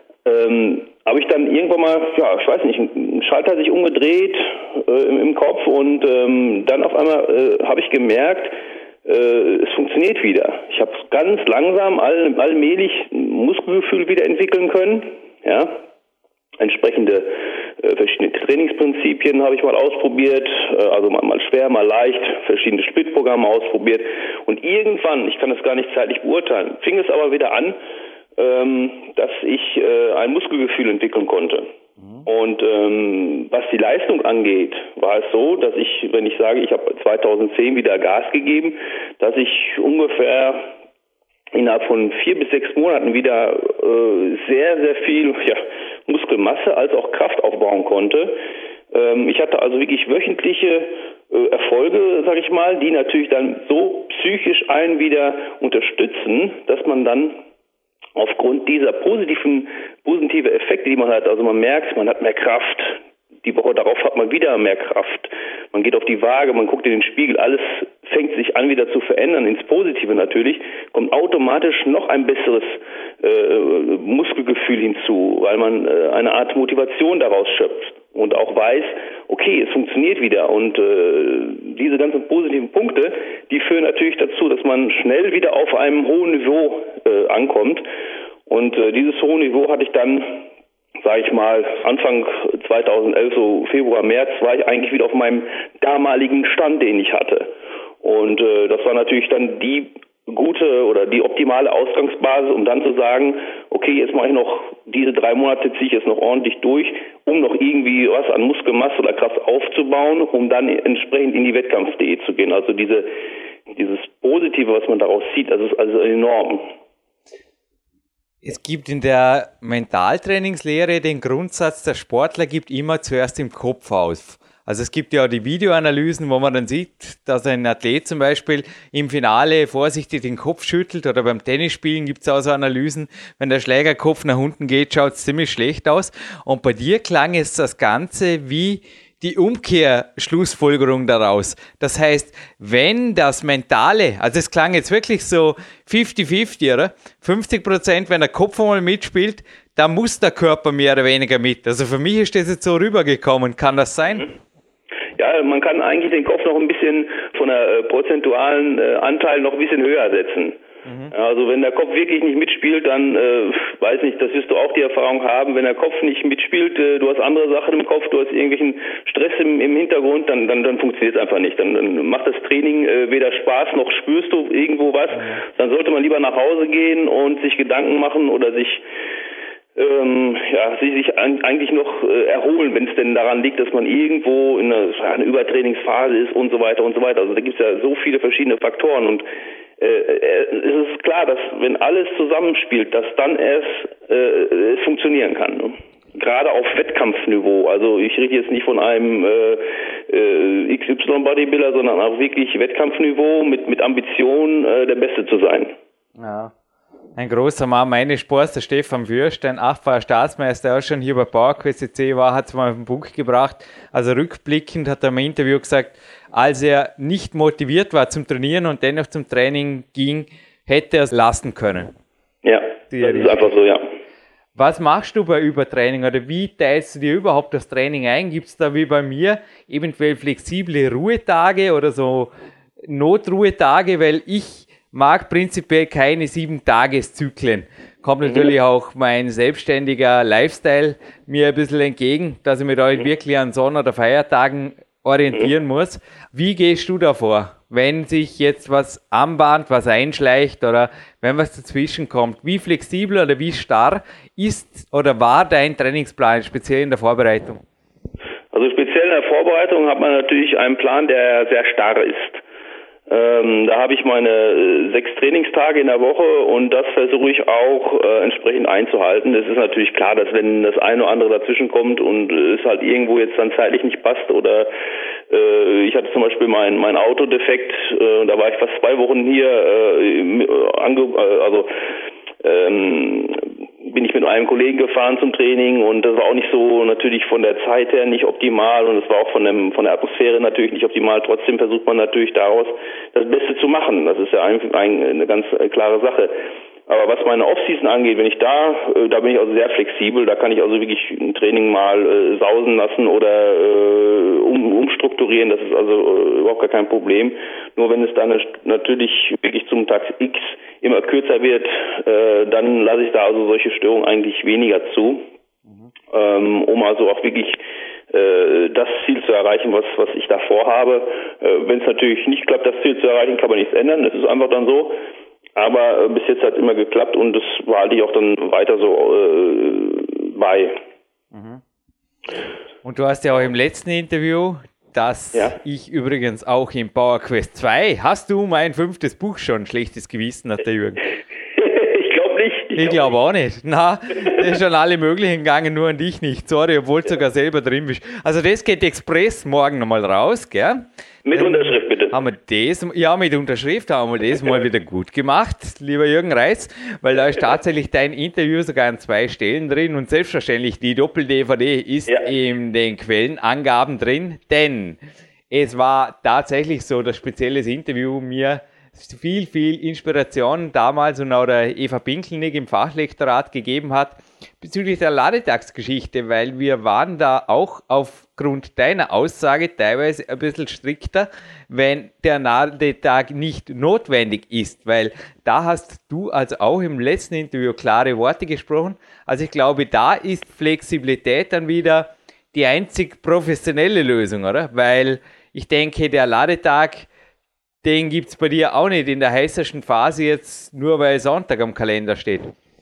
ähm, habe ich dann irgendwann mal, ja, ich weiß nicht, ein Schalter sich umgedreht äh, im, im Kopf, und ähm, dann auf einmal äh, habe ich gemerkt, äh, es funktioniert wieder. Ich habe ganz langsam, all, allmählich Muskelgefühl wieder entwickeln können, ja. Entsprechende äh, verschiedene Trainingsprinzipien habe ich mal ausprobiert, äh, also mal, mal schwer, mal leicht, verschiedene Splitprogramme ausprobiert, und irgendwann, ich kann das gar nicht zeitlich beurteilen, fing es aber wieder an, ähm, dass ich äh, ein Muskelgefühl entwickeln konnte. Mhm. Und ähm, was die Leistung angeht, war es so, dass ich, wenn ich sage, ich habe zweitausendzehn wieder Gas gegeben, dass ich ungefähr innerhalb von vier bis sechs Monaten wieder äh, sehr, sehr viel ja, Muskelmasse als auch Kraft aufbauen konnte. Ähm, ich hatte also wirklich wöchentliche äh, Erfolge, sage ich mal, die natürlich dann so psychisch einen wieder unterstützen, dass man dann aufgrund dieser positiven positive Effekte, die man hat, also man merkt, man hat mehr Kraft. Die Woche darauf hat man wieder mehr Kraft. Man geht auf die Waage, man guckt in den Spiegel, alles fängt sich an wieder zu verändern, ins Positive natürlich, kommt automatisch noch ein besseres äh, Muskelgefühl hinzu, weil man äh, eine Art Motivation daraus schöpft und auch weiß, okay, es funktioniert wieder, und äh, diese ganzen positiven Punkte, die führen natürlich dazu, dass man schnell wieder auf einem hohen Niveau äh, ankommt, und äh, dieses hohe Niveau hatte ich dann, sage ich mal, Anfang zweitausendelf, so Februar, März, war ich eigentlich wieder auf meinem damaligen Stand, den ich hatte. Und äh, das war natürlich dann die gute oder die optimale Ausgangsbasis, um dann zu sagen, okay, jetzt mache ich noch diese drei Monate, ziehe ich jetzt noch ordentlich durch, um noch irgendwie was an Muskelmasse oder Kraft aufzubauen, um dann entsprechend in die Wettkampfdiät zu gehen. Also diese dieses Positive, was man daraus sieht, das ist also enorm. Es gibt in der Mentaltrainingslehre den Grundsatz, der Sportler gibt immer zuerst im Kopf auf. Also es gibt ja auch die Videoanalysen, wo man dann sieht, dass ein Athlet zum Beispiel im Finale vorsichtig den Kopf schüttelt, oder beim Tennisspielen gibt es auch so Analysen, wenn der Schlägerkopf nach unten geht, schaut es ziemlich schlecht aus. Und bei dir klang es das Ganze wie die Umkehrschlussfolgerung daraus. Das heißt, wenn das Mentale, also es klang jetzt wirklich so fünfzig fünfzig, oder? fünfzig Prozent, wenn der Kopf einmal mitspielt, dann muss der Körper mehr oder weniger mit. Also für mich ist das jetzt so rübergekommen. Kann das sein? Ja, man kann eigentlich den Kopf noch ein bisschen von der äh, prozentualen äh, Anteil noch ein bisschen höher setzen. Mhm. Also wenn der Kopf wirklich nicht mitspielt, dann, äh, weiß nicht, das wirst du auch die Erfahrung haben, wenn der Kopf nicht mitspielt, äh, du hast andere Sachen im Kopf, du hast irgendwelchen Stress im, im Hintergrund, dann, dann, dann funktioniert es einfach nicht. Dann, dann macht das Training äh, weder Spaß, noch spürst du irgendwo was. Mhm. Dann sollte man lieber nach Hause gehen und sich Gedanken machen oder sich Ähm, ja, sie sich an, eigentlich noch äh, erholen, wenn es denn daran liegt, dass man irgendwo in einer, eine Übertrainingsphase ist und so weiter und so weiter. Also da gibt es ja so viele verschiedene Faktoren, und äh, äh, es ist klar, dass wenn alles zusammenspielt, dass dann erst äh, es funktionieren kann. Ne? Gerade auf Wettkampfniveau. Also ich rede jetzt nicht von einem äh, äh, X Y-Bodybuilder, sondern auch wirklich Wettkampfniveau mit, mit Ambition, äh, der Beste zu sein. Ja. Ein großer Mann meines Sports, der Stefan Würst, ein achtfacher Staatsmeister, auch schon hier bei PowerQuest C C war, hat es mal auf den Punkt gebracht. Also rückblickend hat er im Interview gesagt, als er nicht motiviert war zum Trainieren und dennoch zum Training ging, hätte er es lassen können. Ja, das ist einfach so, ja. Was machst du bei Übertraining, oder wie teilst du dir überhaupt das Training ein? Gibt es da wie bei mir eventuell flexible Ruhetage oder so Notruhetage, weil ich mag prinzipiell keine sieben-Tageszyklen. Kommt natürlich auch mein selbstständiger Lifestyle mir ein bisschen entgegen, dass ich mich da halt wirklich an Sonn- oder Feiertagen orientieren mhm. muss. Wie gehst du da vor, wenn sich jetzt was anbahnt, was einschleicht oder wenn was dazwischen kommt? Wie flexibel oder wie starr ist oder war dein Trainingsplan, speziell in der Vorbereitung? Also speziell in der Vorbereitung hat man natürlich einen Plan, der sehr starr ist. Ähm, da habe ich meine äh, sechs Trainingstage in der Woche und das versuche ich auch äh, entsprechend einzuhalten. Es ist natürlich klar, dass wenn das eine oder andere dazwischen kommt und äh, es halt irgendwo jetzt dann zeitlich nicht passt oder äh, ich hatte zum Beispiel mein mein Auto defekt, äh, da war ich fast zwei Wochen hier, äh, ange, äh, also ähm, bin ich mit einem Kollegen gefahren zum Training und das war auch nicht so natürlich von der Zeit her nicht optimal und es war auch von dem von der Atmosphäre natürlich nicht optimal. Trotzdem versucht man natürlich daraus das Beste zu machen. Das ist ja ein, ein, eine ganz klare Sache. Aber was meine Offseason angeht, wenn ich da, äh, da bin ich also sehr flexibel. Da kann ich also wirklich ein Training mal äh, sausen lassen oder äh, um, umstrukturieren. Das ist also äh, überhaupt gar kein Problem. Nur wenn es dann natürlich wirklich zum Tag X immer kürzer wird, äh, dann lasse ich da also solche Störungen eigentlich weniger zu, mhm. ähm, um also auch wirklich äh, das Ziel zu erreichen, was was ich da vorhabe. Äh, wenn es natürlich nicht klappt, das Ziel zu erreichen, kann man nichts ändern. Das ist einfach dann so. Aber äh, bis jetzt hat es immer geklappt und das behalte ich auch dann weiter so äh, bei. Mhm. Und du hast ja auch im letzten Interview, das ja. ich übrigens auch im PowerQuest zwei, hast du mein fünftes Buch schon, Schlechtes Gewissen, hat der Jürgen. Ich glaube nicht. Ich, ich glaube glaub auch nicht. Na, das ist schon alle möglichen gegangen, nur an dich nicht. Sorry, obwohl du sogar selber drin bist. Also das geht express morgen nochmal raus, gell? Mit Unterschrift, bitte. Haben wir das, ja, mit Unterschrift haben wir das mal wieder gut gemacht, lieber Jürgen Reis, weil da ist tatsächlich dein Interview sogar an zwei Stellen drin und selbstverständlich die Doppel-D V D ist ja. in den Quellenangaben drin, denn es war tatsächlich so, dass spezielles Interview mir viel, viel Inspiration damals und auch der Eva Pinkelnick im Fachlektorat gegeben hat bezüglich der Ladetagsgeschichte, weil wir waren da auch aufgrund deiner Aussage teilweise ein bisschen strikter, wenn der Ladetag nicht notwendig ist, weil da hast du also auch im letzten Interview klare Worte gesprochen. Also ich glaube, da ist Flexibilität dann wieder die einzig professionelle Lösung, oder? Weil ich denke, der Ladetag, den gibt es bei dir auch nicht in der heißesten Phase jetzt, nur weil Sonntag am Kalender steht.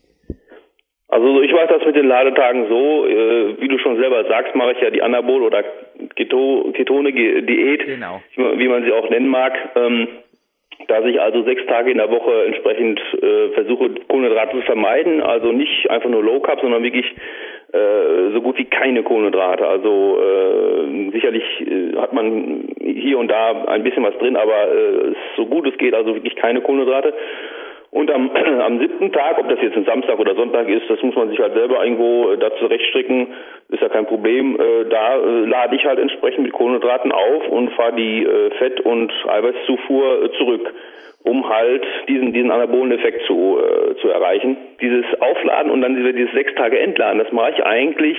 Also ich mache das mit den Ladetagen so, äh, wie du schon selber sagst, mache ich ja die Anabol- oder Keto, Ketone-Diät, genau. wie man sie auch nennen mag, ähm, dass ich also sechs Tage in der Woche entsprechend äh, versuche, Kohlenhydrate zu vermeiden, also nicht einfach nur Low Carb, sondern wirklich äh, so gut wie keine Kohlenhydrate. Also äh, sicherlich äh, hat man hier und da ein bisschen was drin, aber äh, so gut es geht, also wirklich keine Kohlenhydrate. Und am, am siebten Tag, ob das jetzt ein Samstag oder Sonntag ist, das muss man sich halt selber irgendwo äh, da zurechtstricken, ist ja kein Problem. Äh, da äh, lade ich halt entsprechend mit Kohlenhydraten auf und fahre die äh, Fett- und Eiweißzufuhr äh, zurück, um halt diesen diesen anabolen Effekt zu äh, zu erreichen. Dieses Aufladen und dann dieses sechs Tage Entladen, das mache ich eigentlich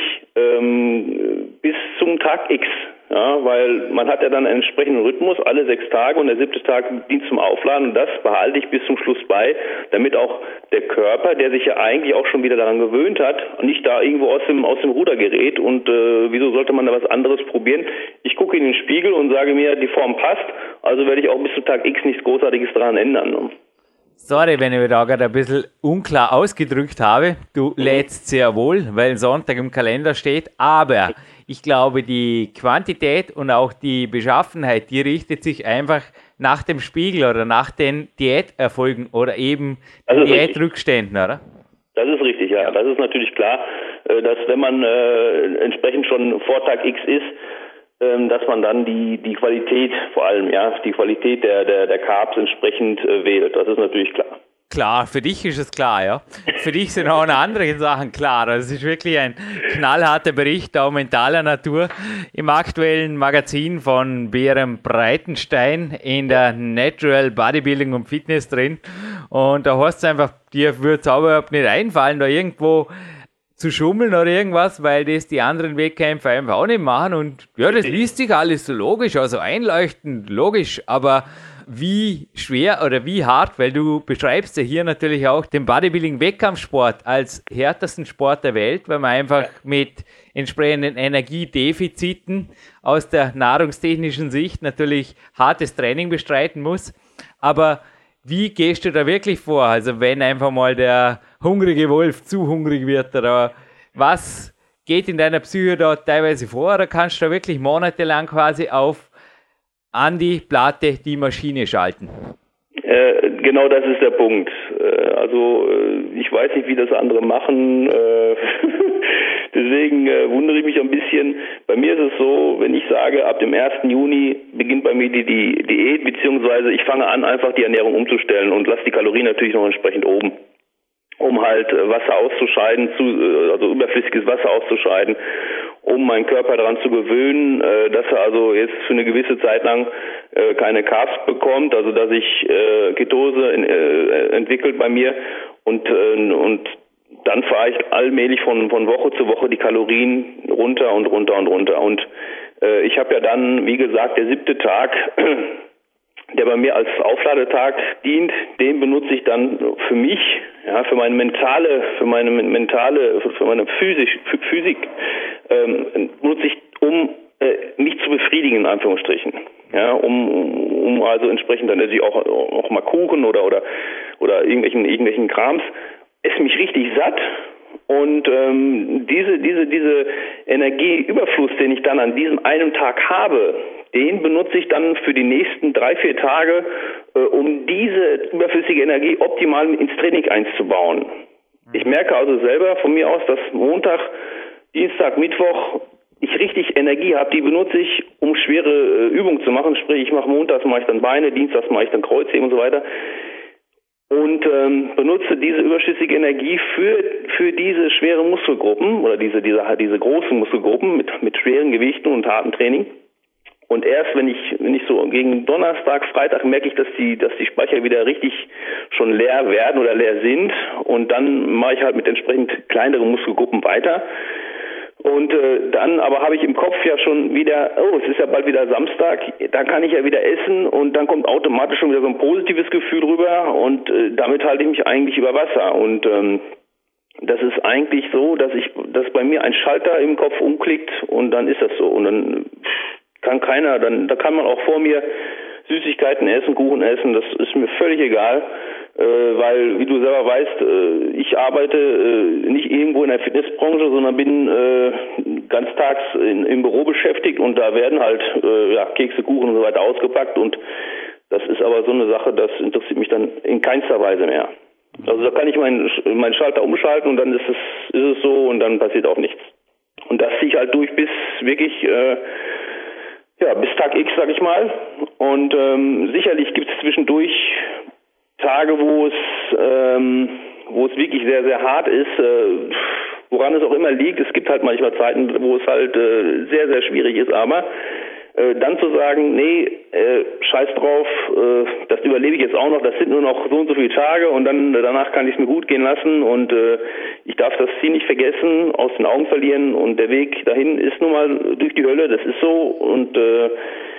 ähm, bis zum Tag X. Ja, weil man hat ja dann einen entsprechenden Rhythmus, alle sechs Tage und der siebte Tag dient zum Aufladen und das behalte ich bis zum Schluss bei, damit auch der Körper, der sich ja eigentlich auch schon wieder daran gewöhnt hat, nicht da irgendwo aus dem aus dem Ruder gerät und äh, wieso sollte man da was anderes probieren? Ich gucke in den Spiegel und sage mir, die Form passt, also werde ich auch bis zum Tag X nichts Großartiges daran ändern. Ne? Sorry, wenn ich da gerade ein bisschen unklar ausgedrückt habe. Du lädst sehr wohl, weil Sonntag im Kalender steht, aber ich glaube, die Quantität und auch die Beschaffenheit, die richtet sich einfach nach dem Spiegel oder nach den Diäterfolgen oder eben Diätrückständen, oder? Das ist richtig, ja. Das ist natürlich klar, dass wenn man äh, entsprechend schon vor Tag X ist, ähm, dass man dann die die Qualität vor allem, ja, die Qualität der der der Carbs entsprechend äh, wählt. Das ist natürlich klar. Klar, für dich ist es klar, ja. Für dich sind auch noch andere Sachen klar. Das ist wirklich ein knallharter Bericht, auch mentaler Natur, im aktuellen Magazin von B R M Breitenstein in der Natural Bodybuilding und Fitness drin. Und da heißt es einfach, dir würde es überhaupt nicht einfallen, da irgendwo zu schummeln oder irgendwas, weil das die anderen Wettkämpfe einfach auch nicht machen. Und ja, das liest sich alles so logisch, also einleuchtend, logisch, aber wie schwer oder wie hart, weil du beschreibst ja hier natürlich auch den Bodybuilding-Wettkampfsport als härtesten Sport der Welt, weil man einfach mit entsprechenden Energiedefiziten aus der nahrungstechnischen Sicht natürlich hartes Training bestreiten muss. Aber wie gehst du da wirklich vor? Also wenn einfach mal der hungrige Wolf zu hungrig wird, oder was geht in deiner Psyche da teilweise vor? Oder kannst du da wirklich monatelang quasi auf an die Platte die Maschine schalten? Äh, genau das ist der Punkt. Äh, also äh, ich weiß nicht, wie das andere machen. Äh, deswegen äh, wundere ich mich ein bisschen. Bei mir ist es so, wenn ich sage, ab dem ersten Juni beginnt bei mir die, die Diät, beziehungsweise ich fange an, einfach die Ernährung umzustellen und lasse die Kalorien natürlich noch entsprechend oben, um halt Wasser auszuscheiden, zu, also überflüssiges Wasser auszuscheiden, um meinen Körper daran zu gewöhnen, äh, dass er also jetzt für eine gewisse Zeit lang äh, keine Carbs bekommt, also dass sich äh, Ketose in, äh, entwickelt bei mir und äh, und dann fahre ich allmählich von von Woche zu Woche die Kalorien runter und runter und runter und äh, ich habe ja dann, wie gesagt, der siebte Tag, der bei mir als Aufladetag dient, den benutze ich dann für mich, ja, für meine mentale, für meine mentale, für meine Physik, für Physik, ähm, nutze ich, um äh, mich zu befriedigen, in Anführungsstrichen, ja, um, um also entsprechend dann natürlich auch, auch mal Kuchen oder oder oder irgendwelchen irgendwelchen Krams, esse mich richtig satt. Und ähm, diese diese diese Energieüberfluss, den ich dann an diesem einen Tag habe, den benutze ich dann für die nächsten drei, vier Tage, äh, um diese überflüssige Energie optimal ins Training einzubauen. Ich merke also selber von mir aus, dass Montag, Dienstag, Mittwoch ich richtig Energie habe, die benutze ich, um schwere äh, Übungen zu machen. Sprich, ich mache montags mache ich dann Beine, dienstags mache ich dann Kreuzheben und so weiter. Und ähm, benutze diese überschüssige Energie für für diese schweren Muskelgruppen oder diese diese diese großen Muskelgruppen mit mit schweren Gewichten und hartem Training. Und erst wenn ich wenn ich so gegen Donnerstag, Freitag merke ich, dass die dass die Speicher wieder richtig schon leer werden oder leer sind, und dann mache ich halt mit entsprechend kleineren Muskelgruppen weiter. Und äh, dann aber habe ich im Kopf ja schon wieder, oh, es ist ja bald wieder Samstag, da kann ich ja wieder essen, und dann kommt automatisch schon wieder so ein positives Gefühl rüber, und äh, damit halte ich mich eigentlich über Wasser. Und ähm, das ist eigentlich so, dass ich, dass bei mir ein Schalter im Kopf umklickt, und dann ist das so. Und dann kann keiner, dann da kann man auch vor mir Süßigkeiten essen, Kuchen essen, das ist mir völlig egal. Äh, weil, wie du selber weißt, äh, ich arbeite äh, nicht irgendwo in der Fitnessbranche, sondern bin äh, ganztags in, im Büro beschäftigt, und da werden halt äh, ja, Kekse, Kuchen und so weiter ausgepackt, und das ist aber so eine Sache, das interessiert mich dann in keinster Weise mehr. Also da kann ich meinen meinen Schalter umschalten, und dann ist es ist es so, und dann passiert auch nichts. Und das ziehe ich halt durch bis wirklich äh, ja bis Tag X, sag ich mal. Und ähm, sicherlich gibt es zwischendurch Tage, wo es ähm, wo es wirklich sehr, sehr hart ist, äh, woran es auch immer liegt. Es gibt halt manchmal Zeiten, wo es halt äh, sehr, sehr schwierig ist, aber äh, dann zu sagen, nee, äh, scheiß drauf, äh, das überlebe ich jetzt auch noch, das sind nur noch so und so viele Tage, und dann danach kann ich es mir gut gehen lassen, und äh, ich darf das Ziel nicht vergessen, aus den Augen verlieren, und der Weg dahin ist nun mal durch die Hölle, das ist so, und äh,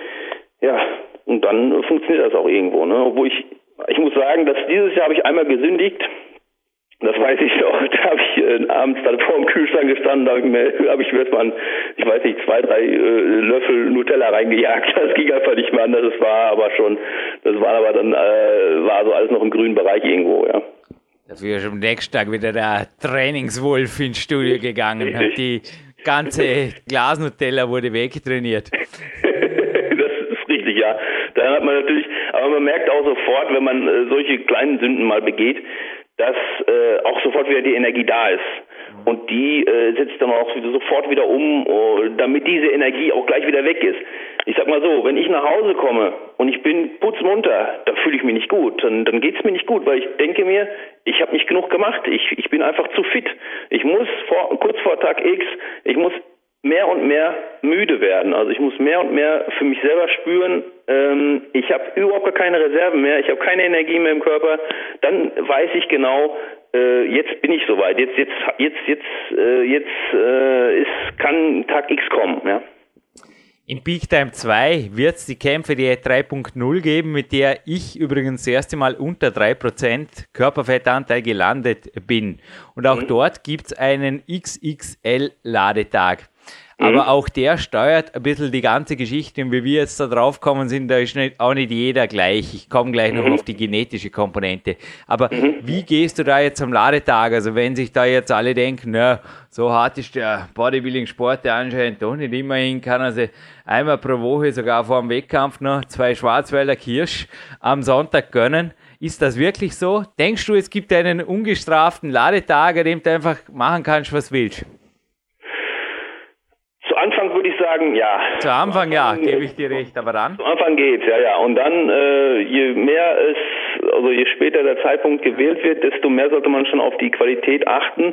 ja, und dann funktioniert das auch irgendwo, ne? Obwohl ich Ich muss sagen, dass dieses Jahr habe ich einmal gesündigt. Das weiß ich doch. Da habe ich äh, abends dann vor dem Kühlschrank gestanden, da habe ich mir, habe ich mir erstmal, ich weiß nicht, zwei, drei äh, Löffel Nutella reingejagt. Das ging einfach nicht mehr anders. Das war aber schon, das war aber dann, äh, war so alles noch im grünen Bereich irgendwo, ja. Dafür ist am nächsten Tag wieder der Trainingswolf ins Studio gegangen. Hat die ganze Glas Nutella wurde wegtrainiert. Ja, dann hat man natürlich, aber man merkt auch sofort, wenn man äh, solche kleinen Sünden mal begeht, dass äh, auch sofort wieder die Energie da ist. Und die äh, setzt dann auch wieder, sofort wieder um, uh, damit diese Energie auch gleich wieder weg ist. Ich sag mal so, wenn ich nach Hause komme und ich bin putzmunter, dann fühle ich mich nicht gut. Dann, dann geht's mir nicht gut, weil ich denke mir, ich habe nicht genug gemacht. Ich, ich bin einfach zu fit. Ich muss vor, kurz vor Tag X, ich muss mehr und mehr müde werden. Also ich muss mehr und mehr für mich selber spüren, ähm, ich habe überhaupt gar keine Reserven mehr, ich habe keine Energie mehr im Körper. Dann weiß ich genau, äh, jetzt bin ich soweit, jetzt jetzt jetzt jetzt äh, jetzt äh, ist, kann Tag X kommen. Ja. Im Peak Time zwei wird es die Kämpferdiät drei Punkt null geben, mit der ich übrigens das erste Mal unter drei Prozent Körperfettanteil gelandet bin. Und auch mhm. dort gibt es einen X X L-Ladetag. Aber mhm. auch der steuert ein bisschen die ganze Geschichte. Und wie wir jetzt da drauf kommen sind, da ist nicht, auch nicht jeder gleich. Ich komme gleich noch mhm. auf die genetische Komponente. Aber mhm. wie gehst du da jetzt am Ladetag? Also wenn sich da jetzt alle denken, na, so hart ist der Bodybuilding-Sport der anscheinend doch nicht. Immerhin kann er sich einmal pro Woche, sogar vor dem Wettkampf, noch zwei Schwarzwälder Kirsch am Sonntag gönnen. Ist das wirklich so? Denkst du, es gibt einen ungestraften Ladetag, an dem du einfach machen kannst, was willst? Zu Anfang würde ich sagen, ja. Zu Anfang, ja, gebe ich dir recht, aber dann? Zu Anfang geht's, ja, ja. Und dann, äh, je mehr es, also je später der Zeitpunkt gewählt wird, desto mehr sollte man schon auf die Qualität achten.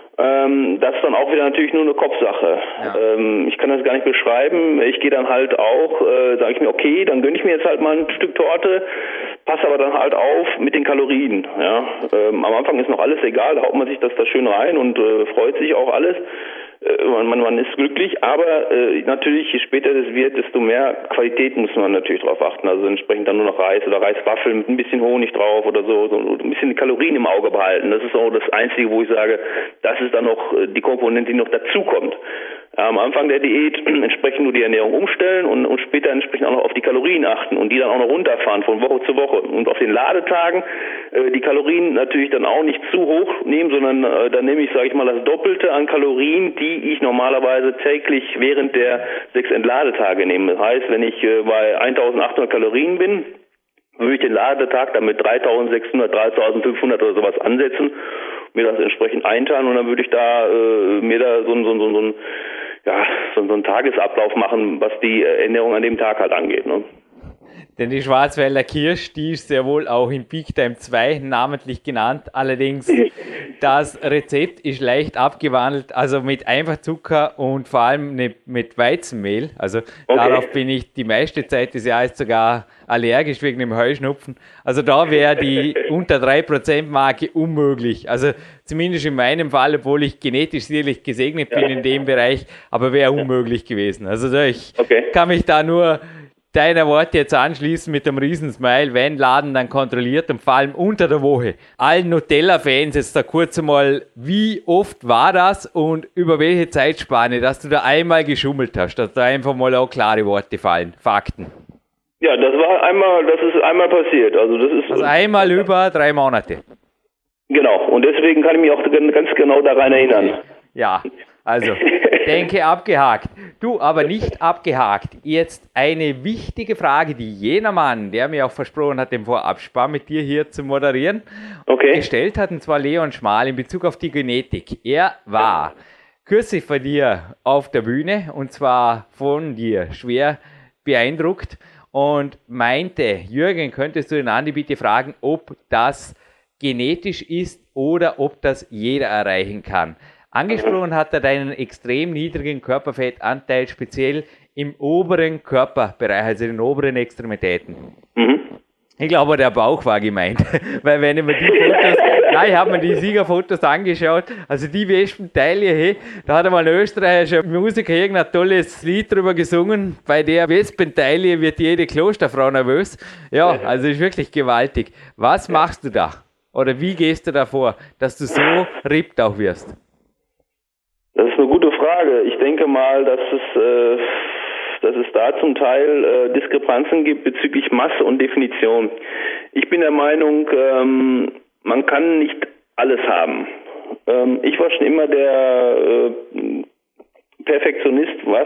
Ähm, das ist dann auch wieder natürlich nur eine Kopfsache. Ja. Ähm, ich kann das gar nicht beschreiben. Ich gehe dann halt auch, äh, sage ich mir, okay, dann gönne ich mir jetzt halt mal ein Stück Torte, passe aber dann halt auf mit den Kalorien. Ja. Ähm, am Anfang ist noch alles egal, da haut man sich das da schön rein und äh, freut sich auch alles. Man, man, man ist glücklich, aber äh, natürlich, je später das wird, desto mehr Qualität muss man natürlich drauf achten. Also entsprechend dann nur noch Reis oder Reiswaffeln mit ein bisschen Honig drauf oder so, so ein bisschen die Kalorien im Auge behalten. Das ist auch das Einzige, wo ich sage, das ist dann noch die Komponente, die noch dazukommt. Am Anfang der Diät entsprechend nur die Ernährung umstellen und, und später entsprechend auch noch auf die Kalorien achten und die dann auch noch runterfahren von Woche zu Woche. Und auf den Ladetagen äh, die Kalorien natürlich dann auch nicht zu hoch nehmen, sondern äh, dann nehme ich, sage ich mal, das Doppelte an Kalorien, die ich normalerweise täglich während der sechs Entladetage nehme. Das heißt, wenn ich äh, bei eintausendachthundert Kalorien bin, würde ich den Ladetag dann mit dreitausendsechshundert, dreitausendfünfhundert oder sowas ansetzen, mir das entsprechend einteilen und dann würde ich da äh, mir da so ein so, so, so ein ja, so, so einen Tagesablauf machen, was die Ernährung an dem Tag halt angeht. Ne? Denn die Schwarzwälder Kirsch, die ist sehr wohl auch in Peak Time zwei namentlich genannt. Allerdings, das Rezept ist leicht abgewandelt, also mit Einfachzucker und vor allem mit Weizenmehl. Also okay. Darauf bin ich die meiste Zeit des Jahres sogar allergisch wegen dem Heuschnupfen. Also da wäre die unter drei Prozent Marke unmöglich. Also zumindest in meinem Fall, obwohl ich genetisch sicherlich gesegnet bin in dem Bereich, aber wäre unmöglich gewesen. Also ich okay. kann mich da nur deiner Worte jetzt anschließen mit einem Riesensmile, wenn Laden dann kontrolliert und vor allem unter der Woche. Allen Nutella-Fans jetzt da kurz einmal, wie oft war das und über welche Zeitspanne, dass du da einmal geschummelt hast, dass da einfach mal auch klare Worte fallen, Fakten. Ja, das war einmal, das ist einmal passiert. Also das ist also einmal über drei Monate. Genau, und deswegen kann ich mich auch ganz genau daran erinnern. Okay. Ja, also, denke abgehakt. Du, aber nicht abgehakt. Jetzt eine wichtige Frage, die jener Mann, der mir auch versprochen hat, den Vorabspann mit dir hier zu moderieren, okay. gestellt hat, und zwar Leon Schmal in Bezug auf die Genetik. Er war kürzlich von dir auf der Bühne und zwar von dir schwer beeindruckt und meinte, Jürgen, könntest du den Andi bitte fragen, ob das genetisch ist oder ob das jeder erreichen kann. Angesprochen hat er deinen extrem niedrigen Körperfettanteil, speziell im oberen Körperbereich, also in den oberen Extremitäten. Mhm. Ich glaube, der Bauch war gemeint, weil wenn ich mir die Fotos, nein, ich habe mir die Siegerfotos angeschaut, also die Wespenteile, hey, da hat einmal ein österreichischer Musiker irgendein tolles Lied drüber gesungen, bei der Wespenteile wird jede Klosterfrau nervös. Ja, also ist wirklich gewaltig. Was machst du da? Oder wie gehst du da vor, dass du so ripped auch wirst? Das ist eine gute Frage. Ich denke mal, dass es, äh, dass es da zum Teil äh, Diskrepanzen gibt bezüglich Masse und Definition. Ich bin der Meinung, ähm, man kann nicht alles haben. Ähm, ich war schon immer der äh, Perfektionist, was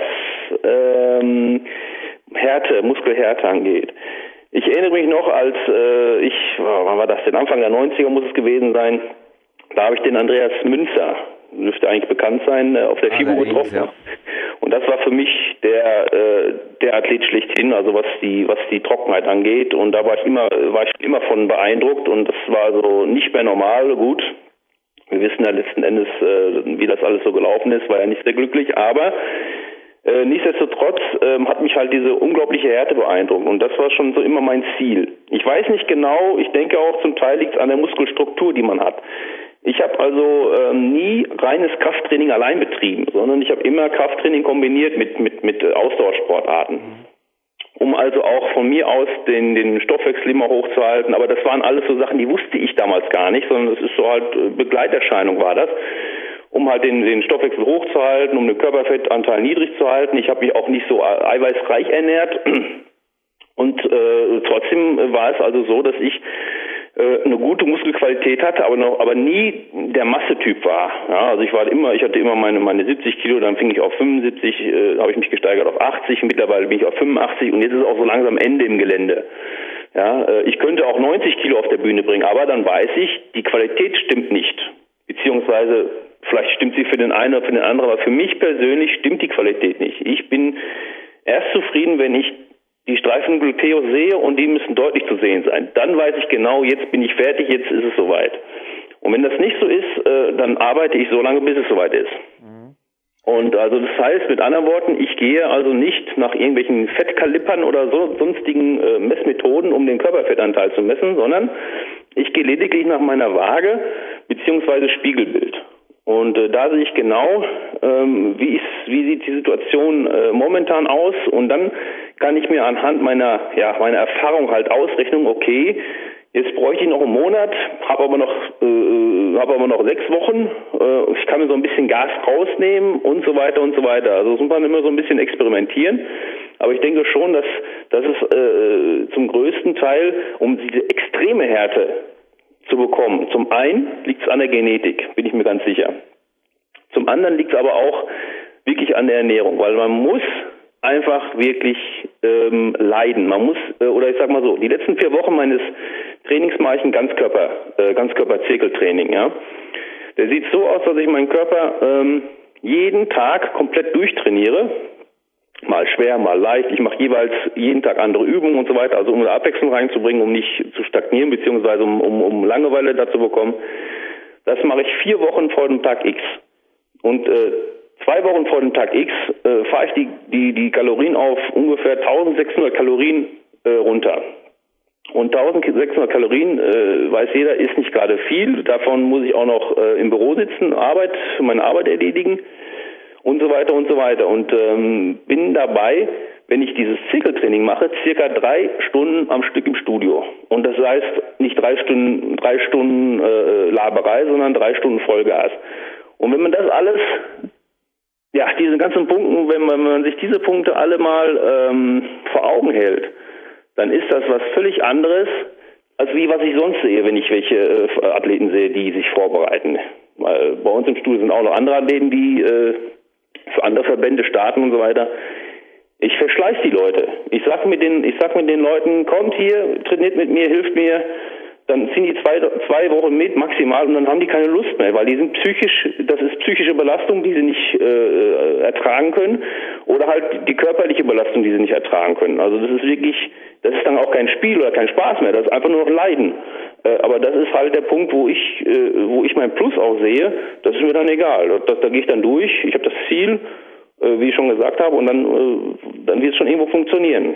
ähm, Härte, Muskelhärte angeht. Ich erinnere mich noch, als äh, ich, wann war das denn, Anfang der neunziger muss es gewesen sein, da habe ich den Andreas Münzer, dürfte eigentlich bekannt sein, auf der FIBO getroffen. Ja. Und das war für mich der äh, der Athlet schlechthin, also was die was die Trockenheit angeht. Und da war ich immer war ich immer von beeindruckt und das war so nicht mehr normal. Gut, wir wissen ja letzten Endes, äh, wie das alles so gelaufen ist, war ja nicht sehr glücklich, aber äh, nichtsdestotrotz äh, hat mich halt diese unglaubliche Härte beeindruckt und das war schon so immer mein Ziel. Ich weiß nicht genau, ich denke auch zum Teil liegt es an der Muskelstruktur, die man hat. Ich habe also ähm, nie reines Krafttraining allein betrieben, sondern ich habe immer Krafttraining kombiniert mit mit mit Ausdauersportarten, um also auch von mir aus den den Stoffwechsel immer hochzuhalten. Aber das waren alles so Sachen, die wusste ich damals gar nicht, sondern das ist so halt Begleiterscheinung war das, um halt den den Stoffwechsel hochzuhalten, um den Körperfettanteil niedrig zu halten. Ich habe mich auch nicht so eiweißreich ernährt und äh, trotzdem war es also so, dass ich eine gute Muskelqualität hatte, aber noch, aber nie der Massetyp war. Ja, also ich war immer, ich hatte immer meine meine siebzig Kilo, dann fing ich auf fünfundsiebzig, äh, habe ich mich gesteigert auf achtzig, mittlerweile bin ich auf fünfundachtzig und jetzt ist es auch so langsam Ende im Gelände. Ja, äh, ich könnte auch neunzig Kilo auf der Bühne bringen, aber dann weiß ich, die Qualität stimmt nicht, beziehungsweise vielleicht stimmt sie für den einen oder für den anderen, aber für mich persönlich stimmt die Qualität nicht. Ich bin erst zufrieden, wenn ich die Streifen Gluteus sehe und die müssen deutlich zu sehen sein. Dann weiß ich genau, jetzt bin ich fertig, jetzt ist es soweit. Und wenn das nicht so ist, äh, dann arbeite ich so lange, bis es soweit ist. Mhm. Und also das heißt, mit anderen Worten, ich gehe also nicht nach irgendwelchen Fettkalipern oder so sonstigen äh, Messmethoden, um den Körperfettanteil zu messen, sondern ich gehe lediglich nach meiner Waage beziehungsweise Spiegelbild. Und äh, da sehe ich genau, ähm, wie, ist, wie sieht die Situation äh, momentan aus, und dann kann ich mir anhand meiner ja meiner Erfahrung halt ausrechnen, okay, jetzt bräuchte ich noch einen Monat, habe aber noch äh, habe aber noch sechs Wochen, äh, ich kann mir so ein bisschen Gas rausnehmen und so weiter und so weiter. Also das muss man immer so ein bisschen experimentieren, aber ich denke schon, dass, dass es äh, zum größten Teil um diese extreme Härte zu bekommen. Zum einen liegt es an der Genetik, bin ich mir ganz sicher. Zum anderen liegt es aber auch wirklich an der Ernährung, weil man muss einfach wirklich ähm, leiden. Man muss, äh, oder ich sag mal so, die letzten vier Wochen meines Trainings mache ich ein Ganzkörper, äh, Ganzkörper-Zirkeltraining, ja. Der sieht so aus, dass ich meinen Körper ähm, jeden Tag komplett durchtrainiere. Mal schwer, mal leicht. Ich mache jeweils jeden Tag andere Übungen und so weiter, also um eine Abwechslung reinzubringen, um nicht zu stagnieren, beziehungsweise um, um, um Langeweile dazu bekommen. Das mache ich vier Wochen vor dem Tag X. Und äh, zwei Wochen vor dem Tag X äh, fahre ich die, die, die Kalorien auf ungefähr eintausendsechshundert Kalorien äh, runter. Und eintausendsechshundert Kalorien, äh, weiß jeder, ist nicht gerade viel. Davon muss ich auch noch äh, im Büro sitzen, Arbeit, meine Arbeit erledigen und so weiter und so weiter. Und ähm, bin dabei, wenn ich dieses Zirkeltraining mache, circa drei Stunden am Stück im Studio. Und das heißt nicht drei Stunden, drei Stunden äh, Laberei, sondern drei Stunden Vollgas. Und wenn man das alles, ja, diese ganzen Punkte, wenn man, wenn man sich diese Punkte alle mal ähm, vor Augen hält, dann ist das was völlig anderes, als wie was ich sonst sehe, wenn ich welche äh, Athleten sehe, die sich vorbereiten. Weil bei uns im Studio sind auch noch andere Athleten, die äh, für andere Verbände starten und so weiter. Ich verschleiß die Leute. Ich sag mit den, ich sag mit den Leuten, kommt hier, trainiert mit mir, hilft mir. Dann ziehen die zwei, zwei Wochen mit maximal und dann haben die keine Lust mehr, weil die sind psychisch, das ist psychische Belastung, die sie nicht äh, ertragen können, oder halt die körperliche Belastung, die sie nicht ertragen können. Also das ist wirklich, das ist dann auch kein Spiel oder kein Spaß mehr, das ist einfach nur noch Leiden. Äh, aber das ist halt der Punkt, wo ich, äh, wo ich mein Plus auch sehe. Das ist mir dann egal. Da, da gehe ich dann durch. Ich habe das Ziel, äh, wie ich schon gesagt habe, und dann, äh, dann wird es schon irgendwo funktionieren.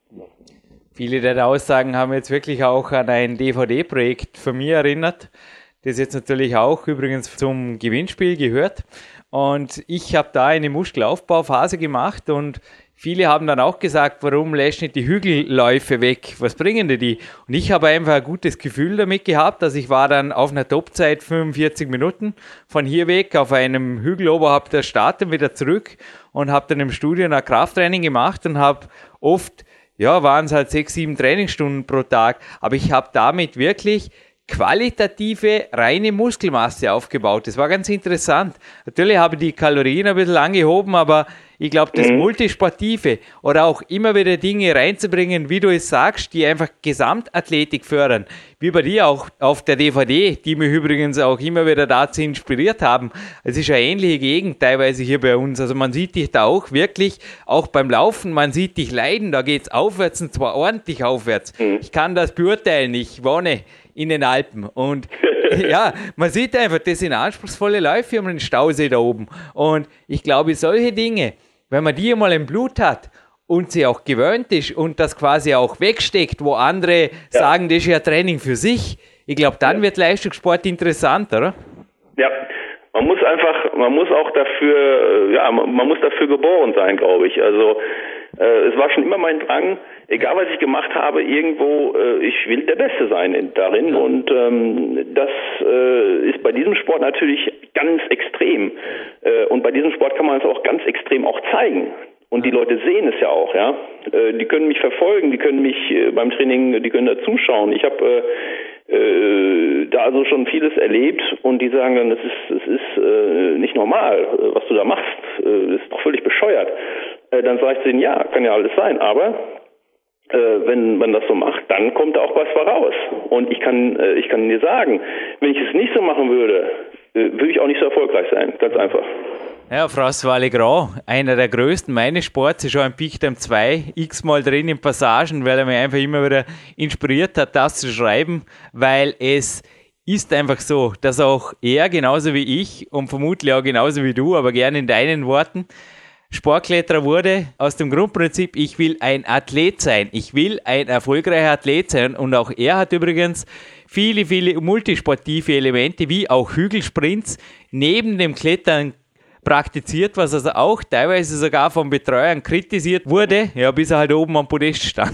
Viele der Aussagen haben jetzt wirklich auch an ein D V D-Projekt von mir erinnert, das jetzt natürlich auch übrigens zum Gewinnspiel gehört. Und ich habe da eine Muskelaufbauphase gemacht und viele haben dann auch gesagt, warum lässt nicht die Hügelläufe weg? Was bringen dir die? Und ich habe einfach ein gutes Gefühl damit gehabt, dass ich war dann auf einer Topzeit fünfundvierzig Minuten von hier weg auf einem Hügel oberhalb der Stadt und wieder zurück und habe dann im Studio ein Krafttraining gemacht und habe oft, ja, waren es halt sechs, sieben Trainingsstunden pro Tag, aber ich habe damit wirklich qualitative, reine Muskelmasse aufgebaut. Das war ganz interessant. Natürlich habe ich die Kalorien ein bisschen angehoben, aber ich glaube, das mhm. Multisportive oder auch immer wieder Dinge reinzubringen, wie du es sagst, die einfach Gesamtathletik fördern, wie bei dir auch auf der D V D, die mich übrigens auch immer wieder dazu inspiriert haben. Es ist eine ähnliche Gegend teilweise hier bei uns. Also man sieht dich da auch wirklich, auch beim Laufen, man sieht dich leiden, da geht es aufwärts und zwar ordentlich aufwärts. Mhm. Ich kann das beurteilen, ich wohne in den Alpen und ja, man sieht einfach, das sind anspruchsvolle Läufe um den Stausee da oben und ich glaube, solche Dinge, wenn man die mal im Blut hat und sie auch gewöhnt ist und das quasi auch wegsteckt, wo andere ja. sagen, das ist ja Training für sich, ich glaube, dann ja. wird Leistungssport interessant, oder? Ja, man muss einfach, man muss auch dafür, ja, man muss dafür geboren sein, glaube ich. Also äh, es war schon immer mein Drang, egal was ich gemacht habe, irgendwo, äh, ich will der Beste sein in, darin. Und ähm, das äh, ist bei diesem Sport natürlich ganz extrem. Äh, und bei diesem Sport kann man es auch ganz extrem auch zeigen. Und die Leute sehen es ja auch, ja. Äh, die können mich verfolgen, die können mich äh, beim Training, die können da zuschauen. Ich habe äh, Äh, da also schon vieles erlebt und die sagen dann, das ist, das ist äh, nicht normal, was du da machst, äh, das ist doch völlig bescheuert. Äh, dann sage ich zu ihnen, ja, kann ja alles sein, aber äh, wenn man das so macht, dann kommt auch was raus. Und ich kann, äh, ich kann dir sagen, wenn ich es nicht so machen würde, äh, würde ich auch nicht so erfolgreich sein, ganz einfach. Ja, François Legrand, einer der größten meines Sports, ist schon ein Peak Time zwei x-mal drin in Passagen, weil er mich einfach immer wieder inspiriert hat, das zu schreiben, weil es ist einfach so, dass auch er, genauso wie ich und vermutlich auch genauso wie du, aber gerne in deinen Worten, Sportkletterer wurde aus dem Grundprinzip, ich will ein Athlet sein, ich will ein erfolgreicher Athlet sein und auch er hat übrigens viele, viele multisportive Elemente, wie auch Hügelsprints, neben dem Klettern praktiziert, was also auch teilweise sogar von Betreuern kritisiert wurde, ja, bis er halt oben am Podest stand.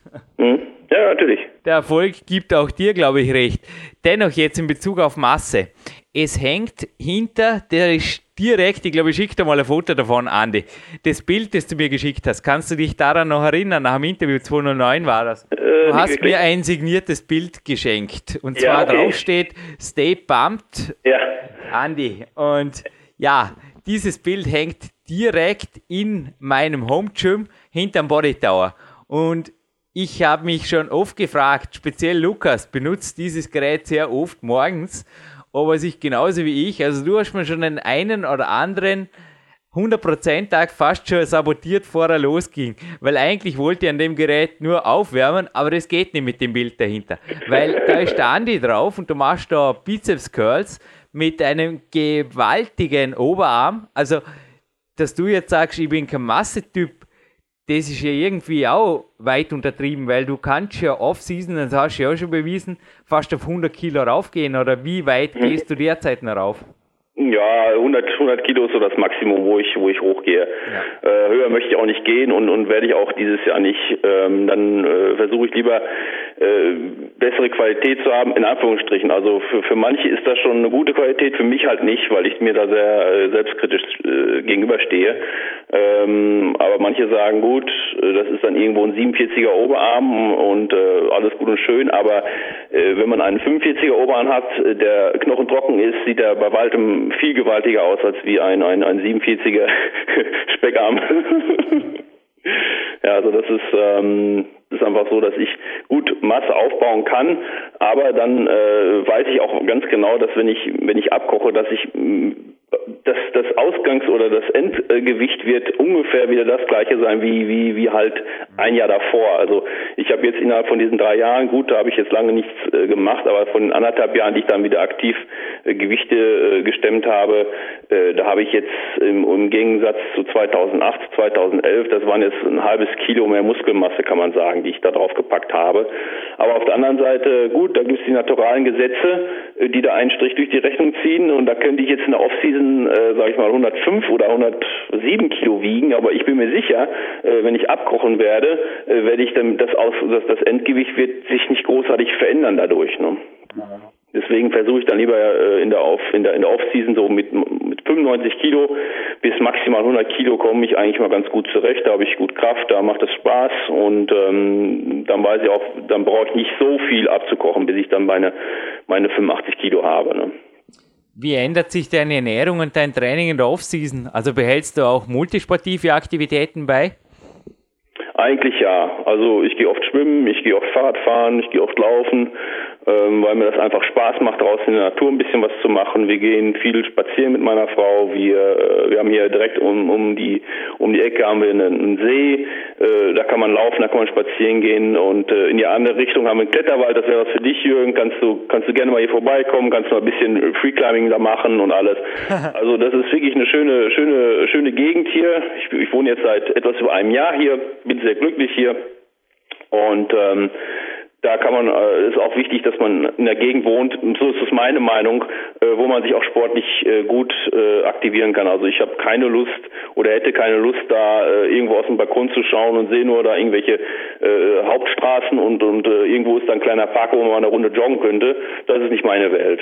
Ja, natürlich. Der Erfolg gibt auch dir, glaube ich, recht. Dennoch jetzt in Bezug auf Masse. Es hängt hinter, der ist direkt, ich glaube, ich schicke dir mal ein Foto davon, Andi. Das Bild, das du mir geschickt hast, kannst du dich daran noch erinnern? Nach dem Interview zweitausendneun war das. Äh, du hast wirklich? Mir ein signiertes Bild geschenkt. Und zwar ja, okay. Drauf steht, Stay Pumped, ja. Andi. Und ja, dieses Bild hängt direkt in meinem Home Gym hinterm Body Tower. Und ich habe mich schon oft gefragt, speziell Lukas benutzt dieses Gerät sehr oft morgens, ob er sich genauso wie ich, also du hast mir schon den einen oder anderen hundert Prozent Tag fast schon sabotiert, bevor er losging. Weil eigentlich wollte ich an dem Gerät nur aufwärmen, aber das geht nicht mit dem Bild dahinter. Weil da ist der Andi drauf und du machst da Bizeps Curls mit einem gewaltigen Oberarm. Also, dass du jetzt sagst, ich bin kein Massetyp, das ist ja irgendwie auch weit untertrieben, weil du kannst ja Off-Season, das hast du ja auch schon bewiesen, fast auf hundert Kilo raufgehen. Oder wie weit mhm. gehst du derzeit noch rauf? Ja, hundert, hundert Kilo ist so das Maximum, wo ich, wo ich hochgehe. Ja. Äh, höher möchte ich auch nicht gehen und, und werde ich auch dieses Jahr nicht. Ähm, dann äh, versuche ich lieber äh, bessere Qualität zu haben, in Anführungsstrichen. Also für, für manche ist das schon eine gute Qualität, für mich halt nicht, weil ich mir da sehr äh, selbstkritisch äh, gegenüberstehe. Ähm, aber manche sagen, gut, äh, das ist dann irgendwo ein siebenundvierziger Oberarm und äh, alles gut und schön, aber äh, wenn man einen fünfundvierziger Oberarm hat, äh, der knochentrocken ist, sieht er bei weitem viel gewaltiger aus als wie ein, ein, ein siebenundvierziger Speckarm. Ja, also das ist, ähm, das ist einfach so, dass ich gut Masse aufbauen kann, aber dann äh, weiß ich auch ganz genau, dass wenn ich wenn ich abkoche, dass ich dass das Ausgangs- oder das Endgewicht wird ungefähr wieder das gleiche sein wie wie wie halt ein Jahr davor. Also ich habe jetzt innerhalb von diesen drei Jahren, gut, da habe ich jetzt lange nichts äh, gemacht, aber von den anderthalb Jahren, die ich dann wieder aktiv äh, Gewichte äh, gestemmt habe, äh, da habe ich jetzt im, im Gegensatz zu zweitausendacht, zweitausendelf, das waren jetzt ein halbes Kilo mehr Muskelmasse, kann man sagen, die ich da drauf gepackt habe. Aber auf der anderen Seite, gut, da gibt es die naturalen Gesetze, äh, die da einen Strich durch die Rechnung ziehen und da könnte ich jetzt in der Offseason Äh, sage ich mal, hundertfünf oder hundertsieben Kilo wiegen, aber ich bin mir sicher, äh, wenn ich abkochen werde, äh, werde ich dann das aus, das, das Endgewicht wird sich nicht großartig verändern dadurch. Ne? Ja. Deswegen versuche ich dann lieber äh, in der Auf in der in der Off-Season so mit mit fünfundneunzig Kilo bis maximal hundert Kilo komme ich eigentlich mal ganz gut zurecht. Da habe ich gut Kraft, da macht es Spaß und ähm, dann weiß ich auch, dann brauche ich nicht so viel abzukochen, bis ich dann meine meine fünfundachtzig Kilo habe. Ne? Wie ändert sich deine Ernährung und dein Training in der Off-Season? Also behältst du auch multisportive Aktivitäten bei? Eigentlich ja. Also ich gehe oft schwimmen, ich gehe oft Fahrrad fahren, ich gehe oft laufen, ähm, weil mir das einfach Spaß macht, draußen in der Natur ein bisschen was zu machen. Wir gehen viel spazieren mit meiner Frau. Wir äh, wir haben hier direkt um um die um die Ecke haben wir einen, einen See. Äh, da kann man laufen, da kann man spazieren gehen und äh, in die andere Richtung haben wir einen Kletterwald. Das wäre was für dich, Jürgen. Kannst du kannst du gerne mal hier vorbeikommen, kannst du mal ein bisschen Freeclimbing da machen und alles. Also das ist wirklich eine schöne schöne schöne Gegend hier. Ich, ich wohne jetzt seit etwas über einem Jahr hier, bin sehr glücklich hier und ähm, da kann man, äh, ist auch wichtig, dass man in der Gegend wohnt, so ist es meine Meinung, äh, wo man sich auch sportlich äh, gut äh, aktivieren kann. Also ich habe keine Lust oder hätte keine Lust, da äh, irgendwo aus dem Balkon zu schauen und sehe nur da irgendwelche äh, Hauptstraßen und, und äh, irgendwo ist da ein kleiner Park, wo man mal eine Runde joggen könnte. Das ist nicht meine Welt.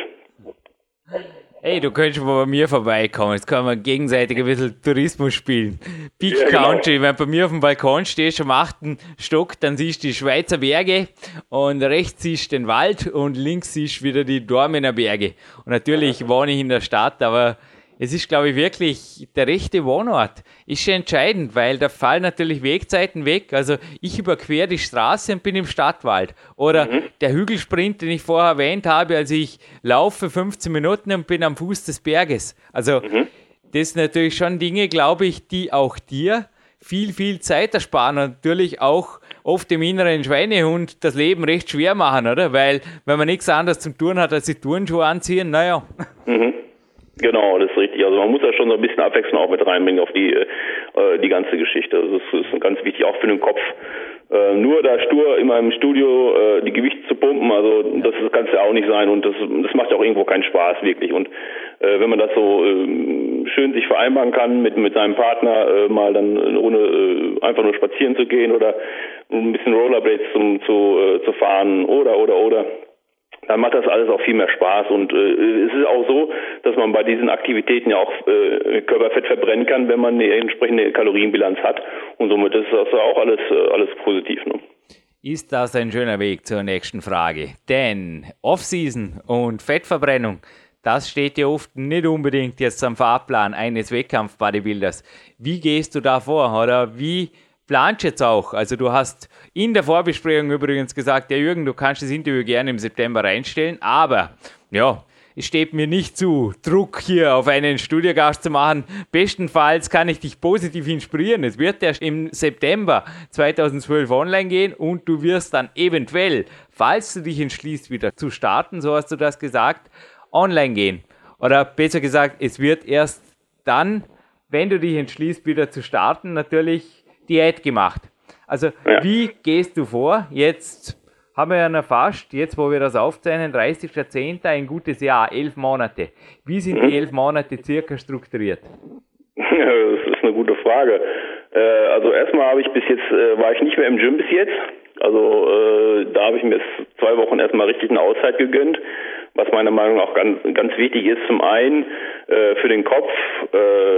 Hey, du könntest mal bei mir vorbeikommen. Jetzt können wir gegenseitig ein bisschen Tourismus spielen. Peak ja, genau. Country, wenn du bei mir auf dem Balkon stehst, am achten Stock, dann siehst du die Schweizer Berge und rechts siehst du den Wald und links siehst du wieder die Dormener Berge. Und natürlich wohne ich in der Stadt, aber es ist, glaube ich, wirklich der rechte Wohnort. Ist schon entscheidend, weil da fallen natürlich Wegzeiten weg. Also ich überquere die Straße und bin im Stadtwald. Oder mhm. der Hügelsprint, den ich vorher erwähnt habe, also ich laufe fünfzehn Minuten und bin am Fuß des Berges. Also mhm. das sind natürlich schon Dinge, glaube ich, die auch dir viel, viel Zeit ersparen und natürlich auch oft dem inneren Schweinehund das Leben recht schwer machen, oder? Weil wenn man nichts anderes zum Tun hat, als die Turnschuhe anziehen, naja. Mhm. Genau, das ist richtig. Also man muss da schon so ein bisschen Abwechslung auch mit reinbringen auf die äh, die ganze Geschichte. Also das ist ganz wichtig, auch für den Kopf. Äh, nur da stur in meinem Studio äh, die Gewichte zu pumpen, also das kann es ja auch nicht sein und das das macht ja auch irgendwo keinen Spaß wirklich. Und äh, wenn man das so äh, schön sich vereinbaren kann mit mit seinem Partner, äh, mal dann eine Runde äh, einfach nur spazieren zu gehen oder ein bisschen Rollerblades zum zu äh, zu fahren oder oder oder dann macht das alles auch viel mehr Spaß und äh, es ist auch so, dass man bei diesen Aktivitäten ja auch äh, Körperfett verbrennen kann, wenn man eine entsprechende Kalorienbilanz hat und somit ist das auch alles äh, alles positiv. Ne? Ist das ein schöner Weg zur nächsten Frage? Denn Off-Season und Fettverbrennung, das steht ja oft nicht unbedingt jetzt am Fahrplan eines Wettkampf-Bodybuilders. Wie gehst du da vor oder wie planst jetzt auch? Also du hast in der Vorbesprechung übrigens gesagt, ja Jürgen, du kannst das Interview gerne im September reinstellen, aber ja, es steht mir nicht zu, Druck hier auf einen Studiogast zu machen. Bestenfalls kann ich dich positiv inspirieren. Es wird erst im September zweitausendzwölf online gehen und du wirst dann eventuell, falls du dich entschließt, wieder zu starten, so hast du das gesagt, online gehen. Oder besser gesagt, es wird erst dann, wenn du dich entschließt, wieder zu starten, natürlich Diät gemacht. Also ja. Wie gehst du vor? Jetzt haben wir ja noch fast, jetzt wo wir das aufzeichnen, dreißigster zehnter ein gutes Jahr, elf Monate. Wie sind mhm. die elf Monate circa strukturiert? Ja, das ist eine gute Frage. Äh, also erstmal habe ich bis jetzt, äh, war ich nicht mehr im Gym bis jetzt. Also äh, da habe ich mir jetzt zwei Wochen erstmal richtig eine Auszeit gegönnt, was meiner Meinung nach auch ganz, ganz wichtig ist. Zum einen äh, für den Kopf, äh,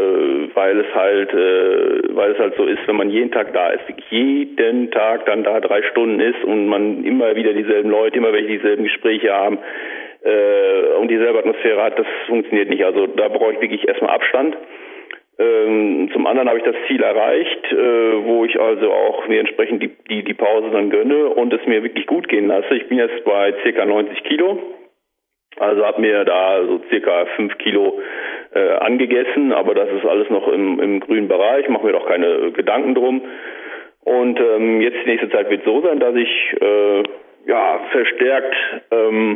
weil es halt, äh, weil es halt so ist, wenn man jeden Tag da ist, jeden Tag dann da drei Stunden ist und man immer wieder dieselben Leute, immer welche dieselben Gespräche haben äh, und dieselbe Atmosphäre hat, das funktioniert nicht. Also da brauche ich wirklich erstmal Abstand. Zum anderen habe ich das Ziel erreicht, äh, wo ich also auch mir entsprechend die, die, die Pause dann gönne und es mir wirklich gut gehen lasse. Ich bin jetzt bei ca. neunzig Kilo, also habe mir da so ca. fünf Kilo äh, angegessen, aber das ist alles noch im, im grünen Bereich, mache mir doch keine Gedanken drum. Und ähm, jetzt die nächste Zeit wird so sein, dass ich äh, ja verstärkt ähm,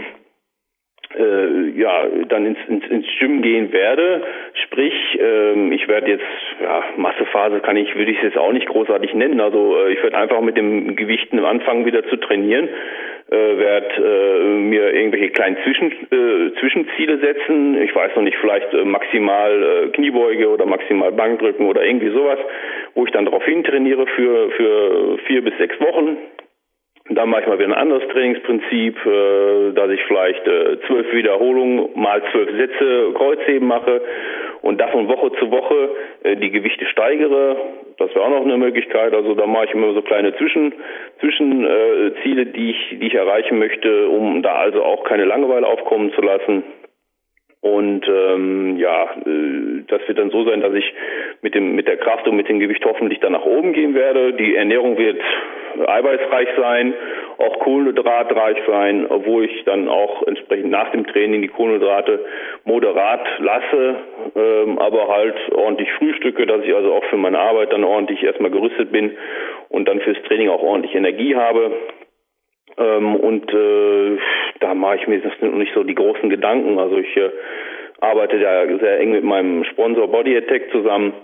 Äh, ja, dann ins, ins, ins Gym gehen werde. Sprich, ähm, ich werde jetzt, ja, Massephase kann ich, würde ich es jetzt auch nicht großartig nennen. Also äh, ich werde einfach mit dem Gewichten anfangen wieder zu trainieren, äh, werde äh, mir irgendwelche kleinen Zwischen, äh, Zwischenziele setzen. Ich weiß noch nicht, vielleicht äh, maximal äh, Kniebeuge oder maximal Bankdrücken oder irgendwie sowas, wo ich dann darauf hin trainiere für, für vier bis sechs Wochen. Dann mache ich mal wieder ein anderes Trainingsprinzip, äh, dass ich vielleicht äh, zwölf Wiederholungen mal zwölf Sätze Kreuzheben mache und davon Woche zu Woche äh, die Gewichte steigere. Das wäre auch noch eine Möglichkeit. Also da mache ich immer so kleine Zwischen, Zwischenziele, äh, Ziele, die ich, die ich erreichen möchte, um da also auch keine Langeweile aufkommen zu lassen. Und ähm, ja, äh, das wird dann so sein, dass ich mit dem mit der Kraft und mit dem Gewicht hoffentlich dann nach oben gehen werde. Die Ernährung wird eiweißreich sein, auch kohlenhydratreich sein, obwohl ich dann auch entsprechend nach dem Training die Kohlenhydrate moderat lasse, ähm, aber halt ordentlich frühstücke, dass ich also auch für meine Arbeit dann ordentlich erstmal gerüstet bin und dann fürs Training auch ordentlich Energie habe. Ähm, und äh, da mache ich mir jetzt noch nicht so die großen Gedanken. Also ich äh, arbeite ja sehr eng mit meinem Sponsor Body Attack zusammen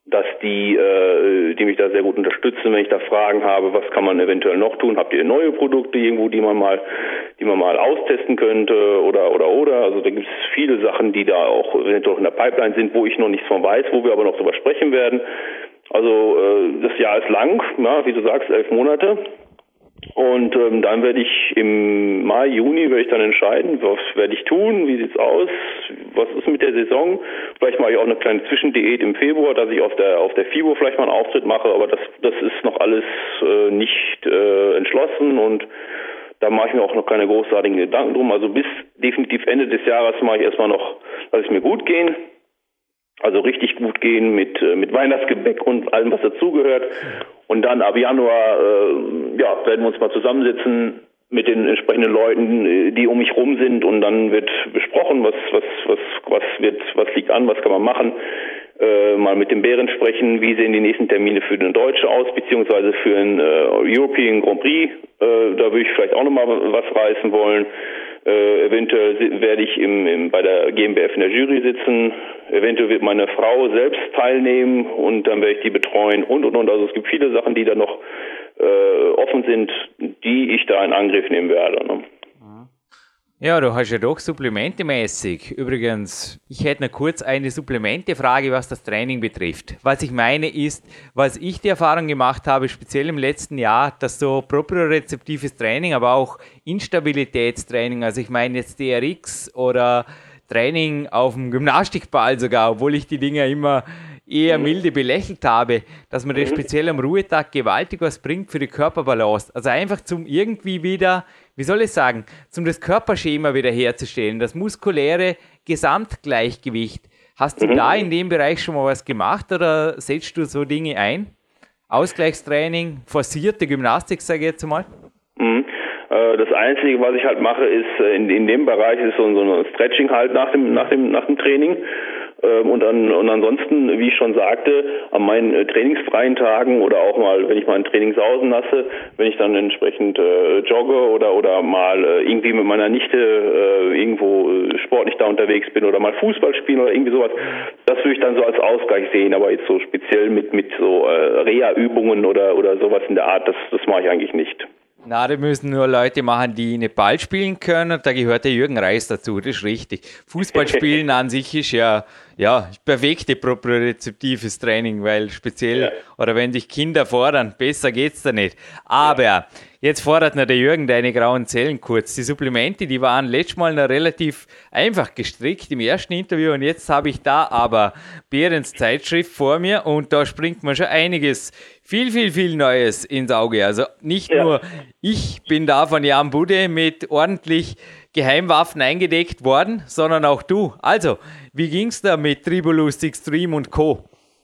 dass die, äh, die mich da sehr gut unterstützen, wenn ich da Fragen habe, was kann man eventuell noch tun? Habt ihr neue Produkte irgendwo, die man mal, die man mal austesten könnte oder oder oder? Also da gibt es viele Sachen, die da auch eventuell in der Pipeline sind, wo ich noch nichts von weiß, wo wir aber noch drüber sprechen werden. Also äh, das Jahr ist lang, ja, wie du sagst, elf Monate. Und ähm, dann werde ich im Mai, Juni werde ich dann entscheiden, was werde ich tun, wie sieht's aus, was ist mit der Saison. Vielleicht mache ich auch eine kleine Zwischendiät im Februar, dass ich auf der auf der FIBO vielleicht mal einen Auftritt mache, aber das das ist noch alles äh, nicht äh, entschlossen und da mache ich mir auch noch keine großartigen Gedanken drum. Also bis definitiv Ende des Jahres mache ich erstmal noch, lass es mir gut gehen. Also richtig gut gehen mit mit Weihnachtsgebäck und allem, was dazugehört. Und dann ab Januar äh, ja, werden wir uns mal zusammensetzen mit den entsprechenden Leuten, die um mich rum sind, und dann wird besprochen, was was was was wird was liegt an, was kann man machen. Äh, mal mit dem Bären sprechen, wie sehen die nächsten Termine für den Deutsche aus, beziehungsweise für den äh, European Grand Prix. Äh, da würde ich vielleicht auch nochmal was reißen wollen. Äh, eventuell werde ich im, im, bei der G m B F in der Jury sitzen. Eventuell wird meine Frau selbst teilnehmen und dann werde ich die betreuen und, und, und. Also es gibt viele Sachen, die da noch äh, offen sind, die ich da in Angriff nehmen werde. Ne? Ja, du hast ja doch supplementemäßig. Übrigens, ich hätte noch kurz eine Supplementefrage, was das Training betrifft. Was ich meine ist, was ich die Erfahrung gemacht habe, speziell im letzten Jahr, dass so propriorezeptives Training, aber auch Instabilitätstraining, also ich meine jetzt D R X oder Training auf dem Gymnastikball sogar, obwohl ich die Dinger immer eher milde belächelt habe, dass man das speziell am Ruhetag gewaltig was bringt für die Körperbalance. Also einfach zum irgendwie wieder, wie soll ich sagen, zum das Körperschema wieder herzustellen, das muskuläre Gesamtgleichgewicht. Hast du mhm. da in dem Bereich schon mal was gemacht oder setzt du so Dinge ein? Ausgleichstraining, forcierte Gymnastik, sage ich jetzt mal? Mhm. Das Einzige, was ich halt mache, ist in, in dem Bereich ist so ein Stretching halt nach dem nach dem nach dem Training. Und, an, und ansonsten, wie ich schon sagte, an meinen trainingsfreien Tagen oder auch mal, wenn ich mal ein Training sausen lasse, wenn ich dann entsprechend äh, jogge oder oder mal äh, irgendwie mit meiner Nichte äh, irgendwo äh, sportlich da unterwegs bin oder mal Fußball spielen oder irgendwie sowas, das würde ich dann so als Ausgleich sehen, aber jetzt so speziell mit mit so äh, Reha-Übungen oder oder sowas in der Art, das das mache ich eigentlich nicht. Na, die müssen nur Leute machen, die nicht Ball spielen können. Da gehört der Jürgen Reis dazu, das ist richtig. Fußballspielen an sich ist ja, ja perfekte propriorezeptives Training, weil speziell, ja. oder wenn sich Kinder fordern, besser geht's da nicht. Aber ja. Jetzt fordert noch der Jürgen deine grauen Zellen kurz. Die Supplemente, die waren letztes Mal noch relativ einfach gestrickt im ersten Interview und jetzt habe ich da aber Behrens Zeitschrift vor mir und da springt mir schon einiges, viel, viel, viel Neues ins Auge. Also nicht ja. nur ich bin da von Jan Budde mit ordentlich Geheimwaffen eingedeckt worden, sondern auch du. Also, wie ging's da mit Tribulus Extreme und Co.?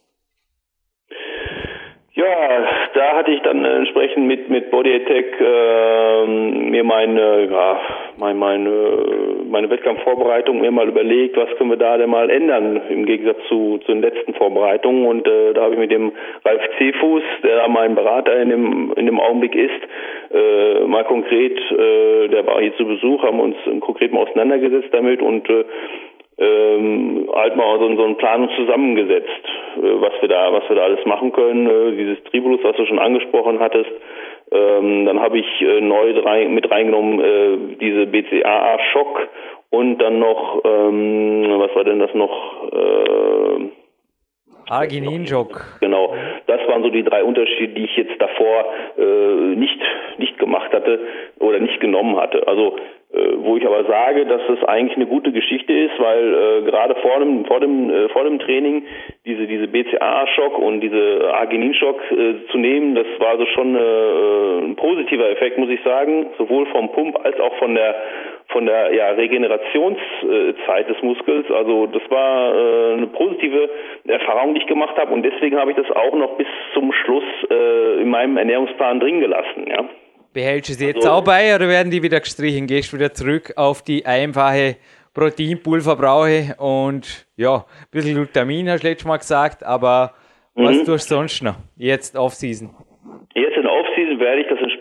Ja, da hatte ich dann entsprechend mit mit Body Attack äh, mir meine ja meine meine meine Wettkampfvorbereitung mir mal überlegt, was können wir da denn mal ändern im Gegensatz zu zu den letzten Vorbereitungen, und äh, da habe ich mit dem Ralf Zehfuß, der da mein Berater in dem in dem Augenblick ist, äh, mal konkret, äh, der war hier zu Besuch, haben uns konkret mal auseinandergesetzt damit und äh, ähm, halt mal so, so einen Plan zusammengesetzt, äh, was wir da, was wir da alles machen können. Äh, dieses Tribulus, was du schon angesprochen hattest. Ähm, dann habe ich äh, neu drei, mit reingenommen äh, diese B C A A-Schock und dann noch, ähm, was war denn das noch? Äh, Arginin-Schock. Genau, das waren so die drei Unterschiede, die ich jetzt davor äh, nicht nicht gemacht hatte oder nicht genommen hatte. Also äh, wo ich aber sage, dass das eigentlich eine gute Geschichte ist, weil äh, gerade vor dem vor dem äh, vor dem Training diese diese B C A A-Schock und diese Arginin-Schock äh, zu nehmen, das war so schon äh, ein positiver Effekt, muss ich sagen, sowohl vom Pump als auch von der von der ja, Regenerationszeit des Muskels. Also das war äh, eine positive Erfahrung, die ich gemacht habe, und deswegen habe ich das auch noch bis zum Schluss äh, in meinem Ernährungsplan drin gelassen. Ja. Behältst du sie jetzt also, auch bei oder werden die wieder gestrichen? Gehst du wieder zurück auf die einfache Proteinpulverbrauche und ja, ein bisschen Glutamin hast du letztes Mal gesagt, aber was mhm. tust du sonst noch jetzt Off-Season? Jetzt in Off-Season werde ich das entsprechend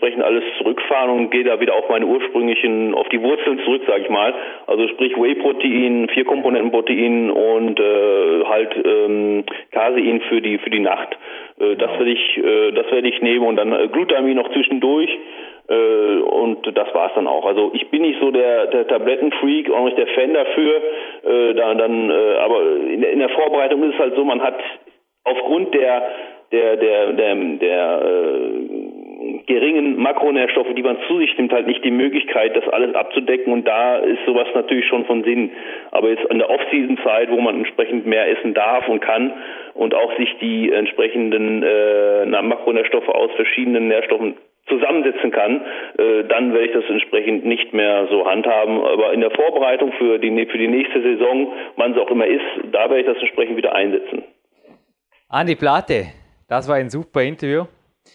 entsprechend alles zurückfahren und gehe da wieder auf meine ursprünglichen, auf die Wurzeln zurück, sage ich mal. Also sprich Whey-Protein, vier Komponenten Protein und äh, halt ähm, Casein für die für die Nacht. Äh, das werde ich, äh, das werde ich nehmen und dann äh, Glutamin noch zwischendurch. Äh, und das war's dann auch. Also ich bin nicht so der, der Tablettenfreak, auch nicht der Fan dafür. Äh, da, dann, äh, aber in, in der Vorbereitung ist es halt so, man hat aufgrund der der der der, der äh, geringen Makronährstoffe, die man zu sich nimmt, halt nicht die Möglichkeit, das alles abzudecken. Und da ist sowas natürlich schon von Sinn. Aber jetzt in der Off-Season-Zeit, wo man entsprechend mehr essen darf und kann und auch sich die entsprechenden äh, Makronährstoffe aus verschiedenen Nährstoffen zusammensetzen kann, äh, dann werde ich das entsprechend nicht mehr so handhaben. Aber in der Vorbereitung für die für die nächste Saison, wann es auch immer ist, da werde ich das entsprechend wieder einsetzen. Andi Plate, das war ein super Interview.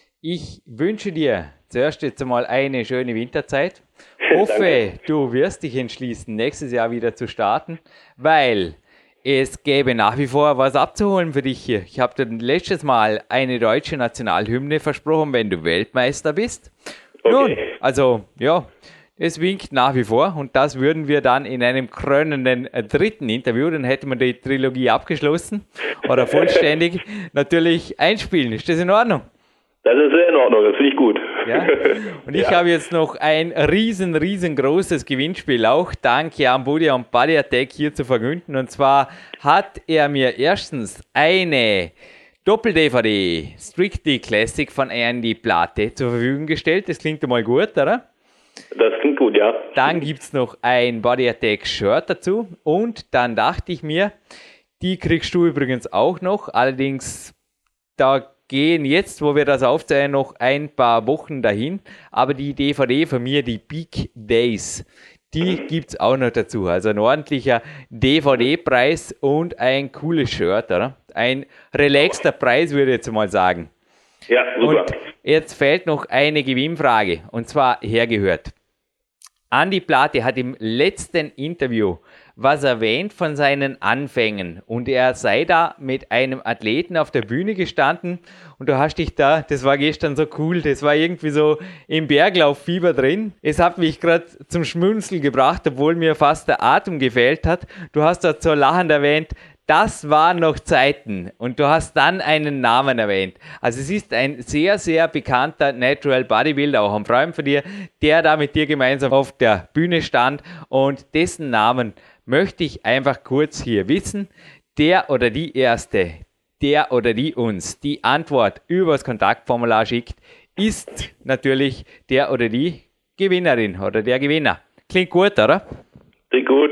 Ich wünsche dir zuerst jetzt einmal eine schöne Winterzeit. Hoffe, du wirst dich entschließen, nächstes Jahr wieder zu starten, weil es gäbe nach wie vor was abzuholen für dich hier. Ich habe dir letztes Mal eine deutsche Nationalhymne versprochen, wenn du Weltmeister bist. Okay. Nun, also ja, es winkt nach wie vor und das würden wir dann in einem krönenden dritten Interview, dann hätten wir die Trilogie abgeschlossen oder vollständig natürlich einspielen. Ist das in Ordnung? Das ist sehr in Ordnung, das finde ich gut. Ja? Und ich ja. habe jetzt noch ein riesen, riesengroßes Gewinnspiel, auch dank Jan Budia und Body Attack hier zu verkünden. Und zwar hat er mir erstens eine Doppel-D V D Strictly Classic von Andi Plate zur Verfügung gestellt. Das klingt einmal gut, oder? Das klingt gut, ja. Dann gibt es noch ein Body Attack Shirt dazu. Und dann dachte ich mir, die kriegst du übrigens auch noch. Allerdings, da gehen jetzt, wo wir das aufzeichnen, noch ein paar Wochen dahin. Aber die D V D von mir, die Big Days, die gibt es auch noch dazu. Also ein ordentlicher D V D-Preis und ein cooles Shirt, oder? Ein relaxter Preis, würde ich jetzt mal sagen. Ja, super. Und jetzt fehlt noch eine Gewinnfrage, und zwar hergehört. Andi Plate hat im letzten Interview was erwähnt von seinen Anfängen und er sei da mit einem Athleten auf der Bühne gestanden und du hast dich da, das war gestern so cool, das war irgendwie so im Berglauffieber drin. Es hat mich gerade zum Schmunzeln gebracht, obwohl mir fast der Atem gefehlt hat. Du hast dort so lachend erwähnt, das waren noch Zeiten und du hast dann einen Namen erwähnt. Also es ist ein sehr, sehr bekannter Natural Bodybuilder, auch ein Freund von dir, der da mit dir gemeinsam auf der Bühne stand und dessen Namen möchte ich einfach kurz hier wissen. Der oder die Erste, der oder die uns die Antwort über das Kontaktformular schickt, ist natürlich der oder die Gewinnerin oder der Gewinner. Klingt gut, oder? Klingt gut.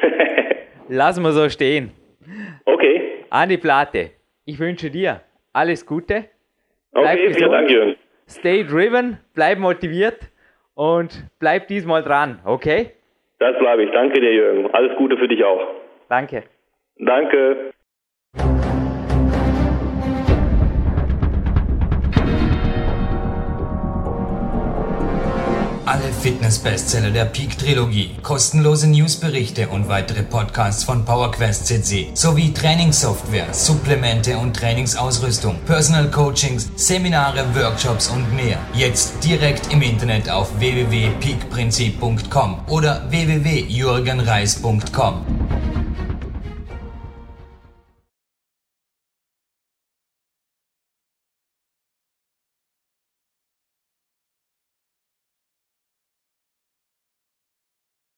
Lassen wir so stehen. Okay. Andi Plate, ich wünsche dir alles Gute. Bleib okay, gesund, vielen Dank, Jürgen. Stay driven, bleib motiviert und bleib diesmal dran, okay? Das bleibe ich. Danke dir, Jürgen. Alles Gute für dich auch. Danke. Danke. Alle Fitness-Bestseller der Peak-Trilogie, kostenlose Newsberichte und weitere Podcasts von PowerQuest C C sowie Trainingssoftware, Supplemente und Trainingsausrüstung, Personal Coachings, Seminare, Workshops und mehr. Jetzt direkt im Internet auf w w w punkt peak prinzip punkt com oder w w w punkt jürgen reis punkt com.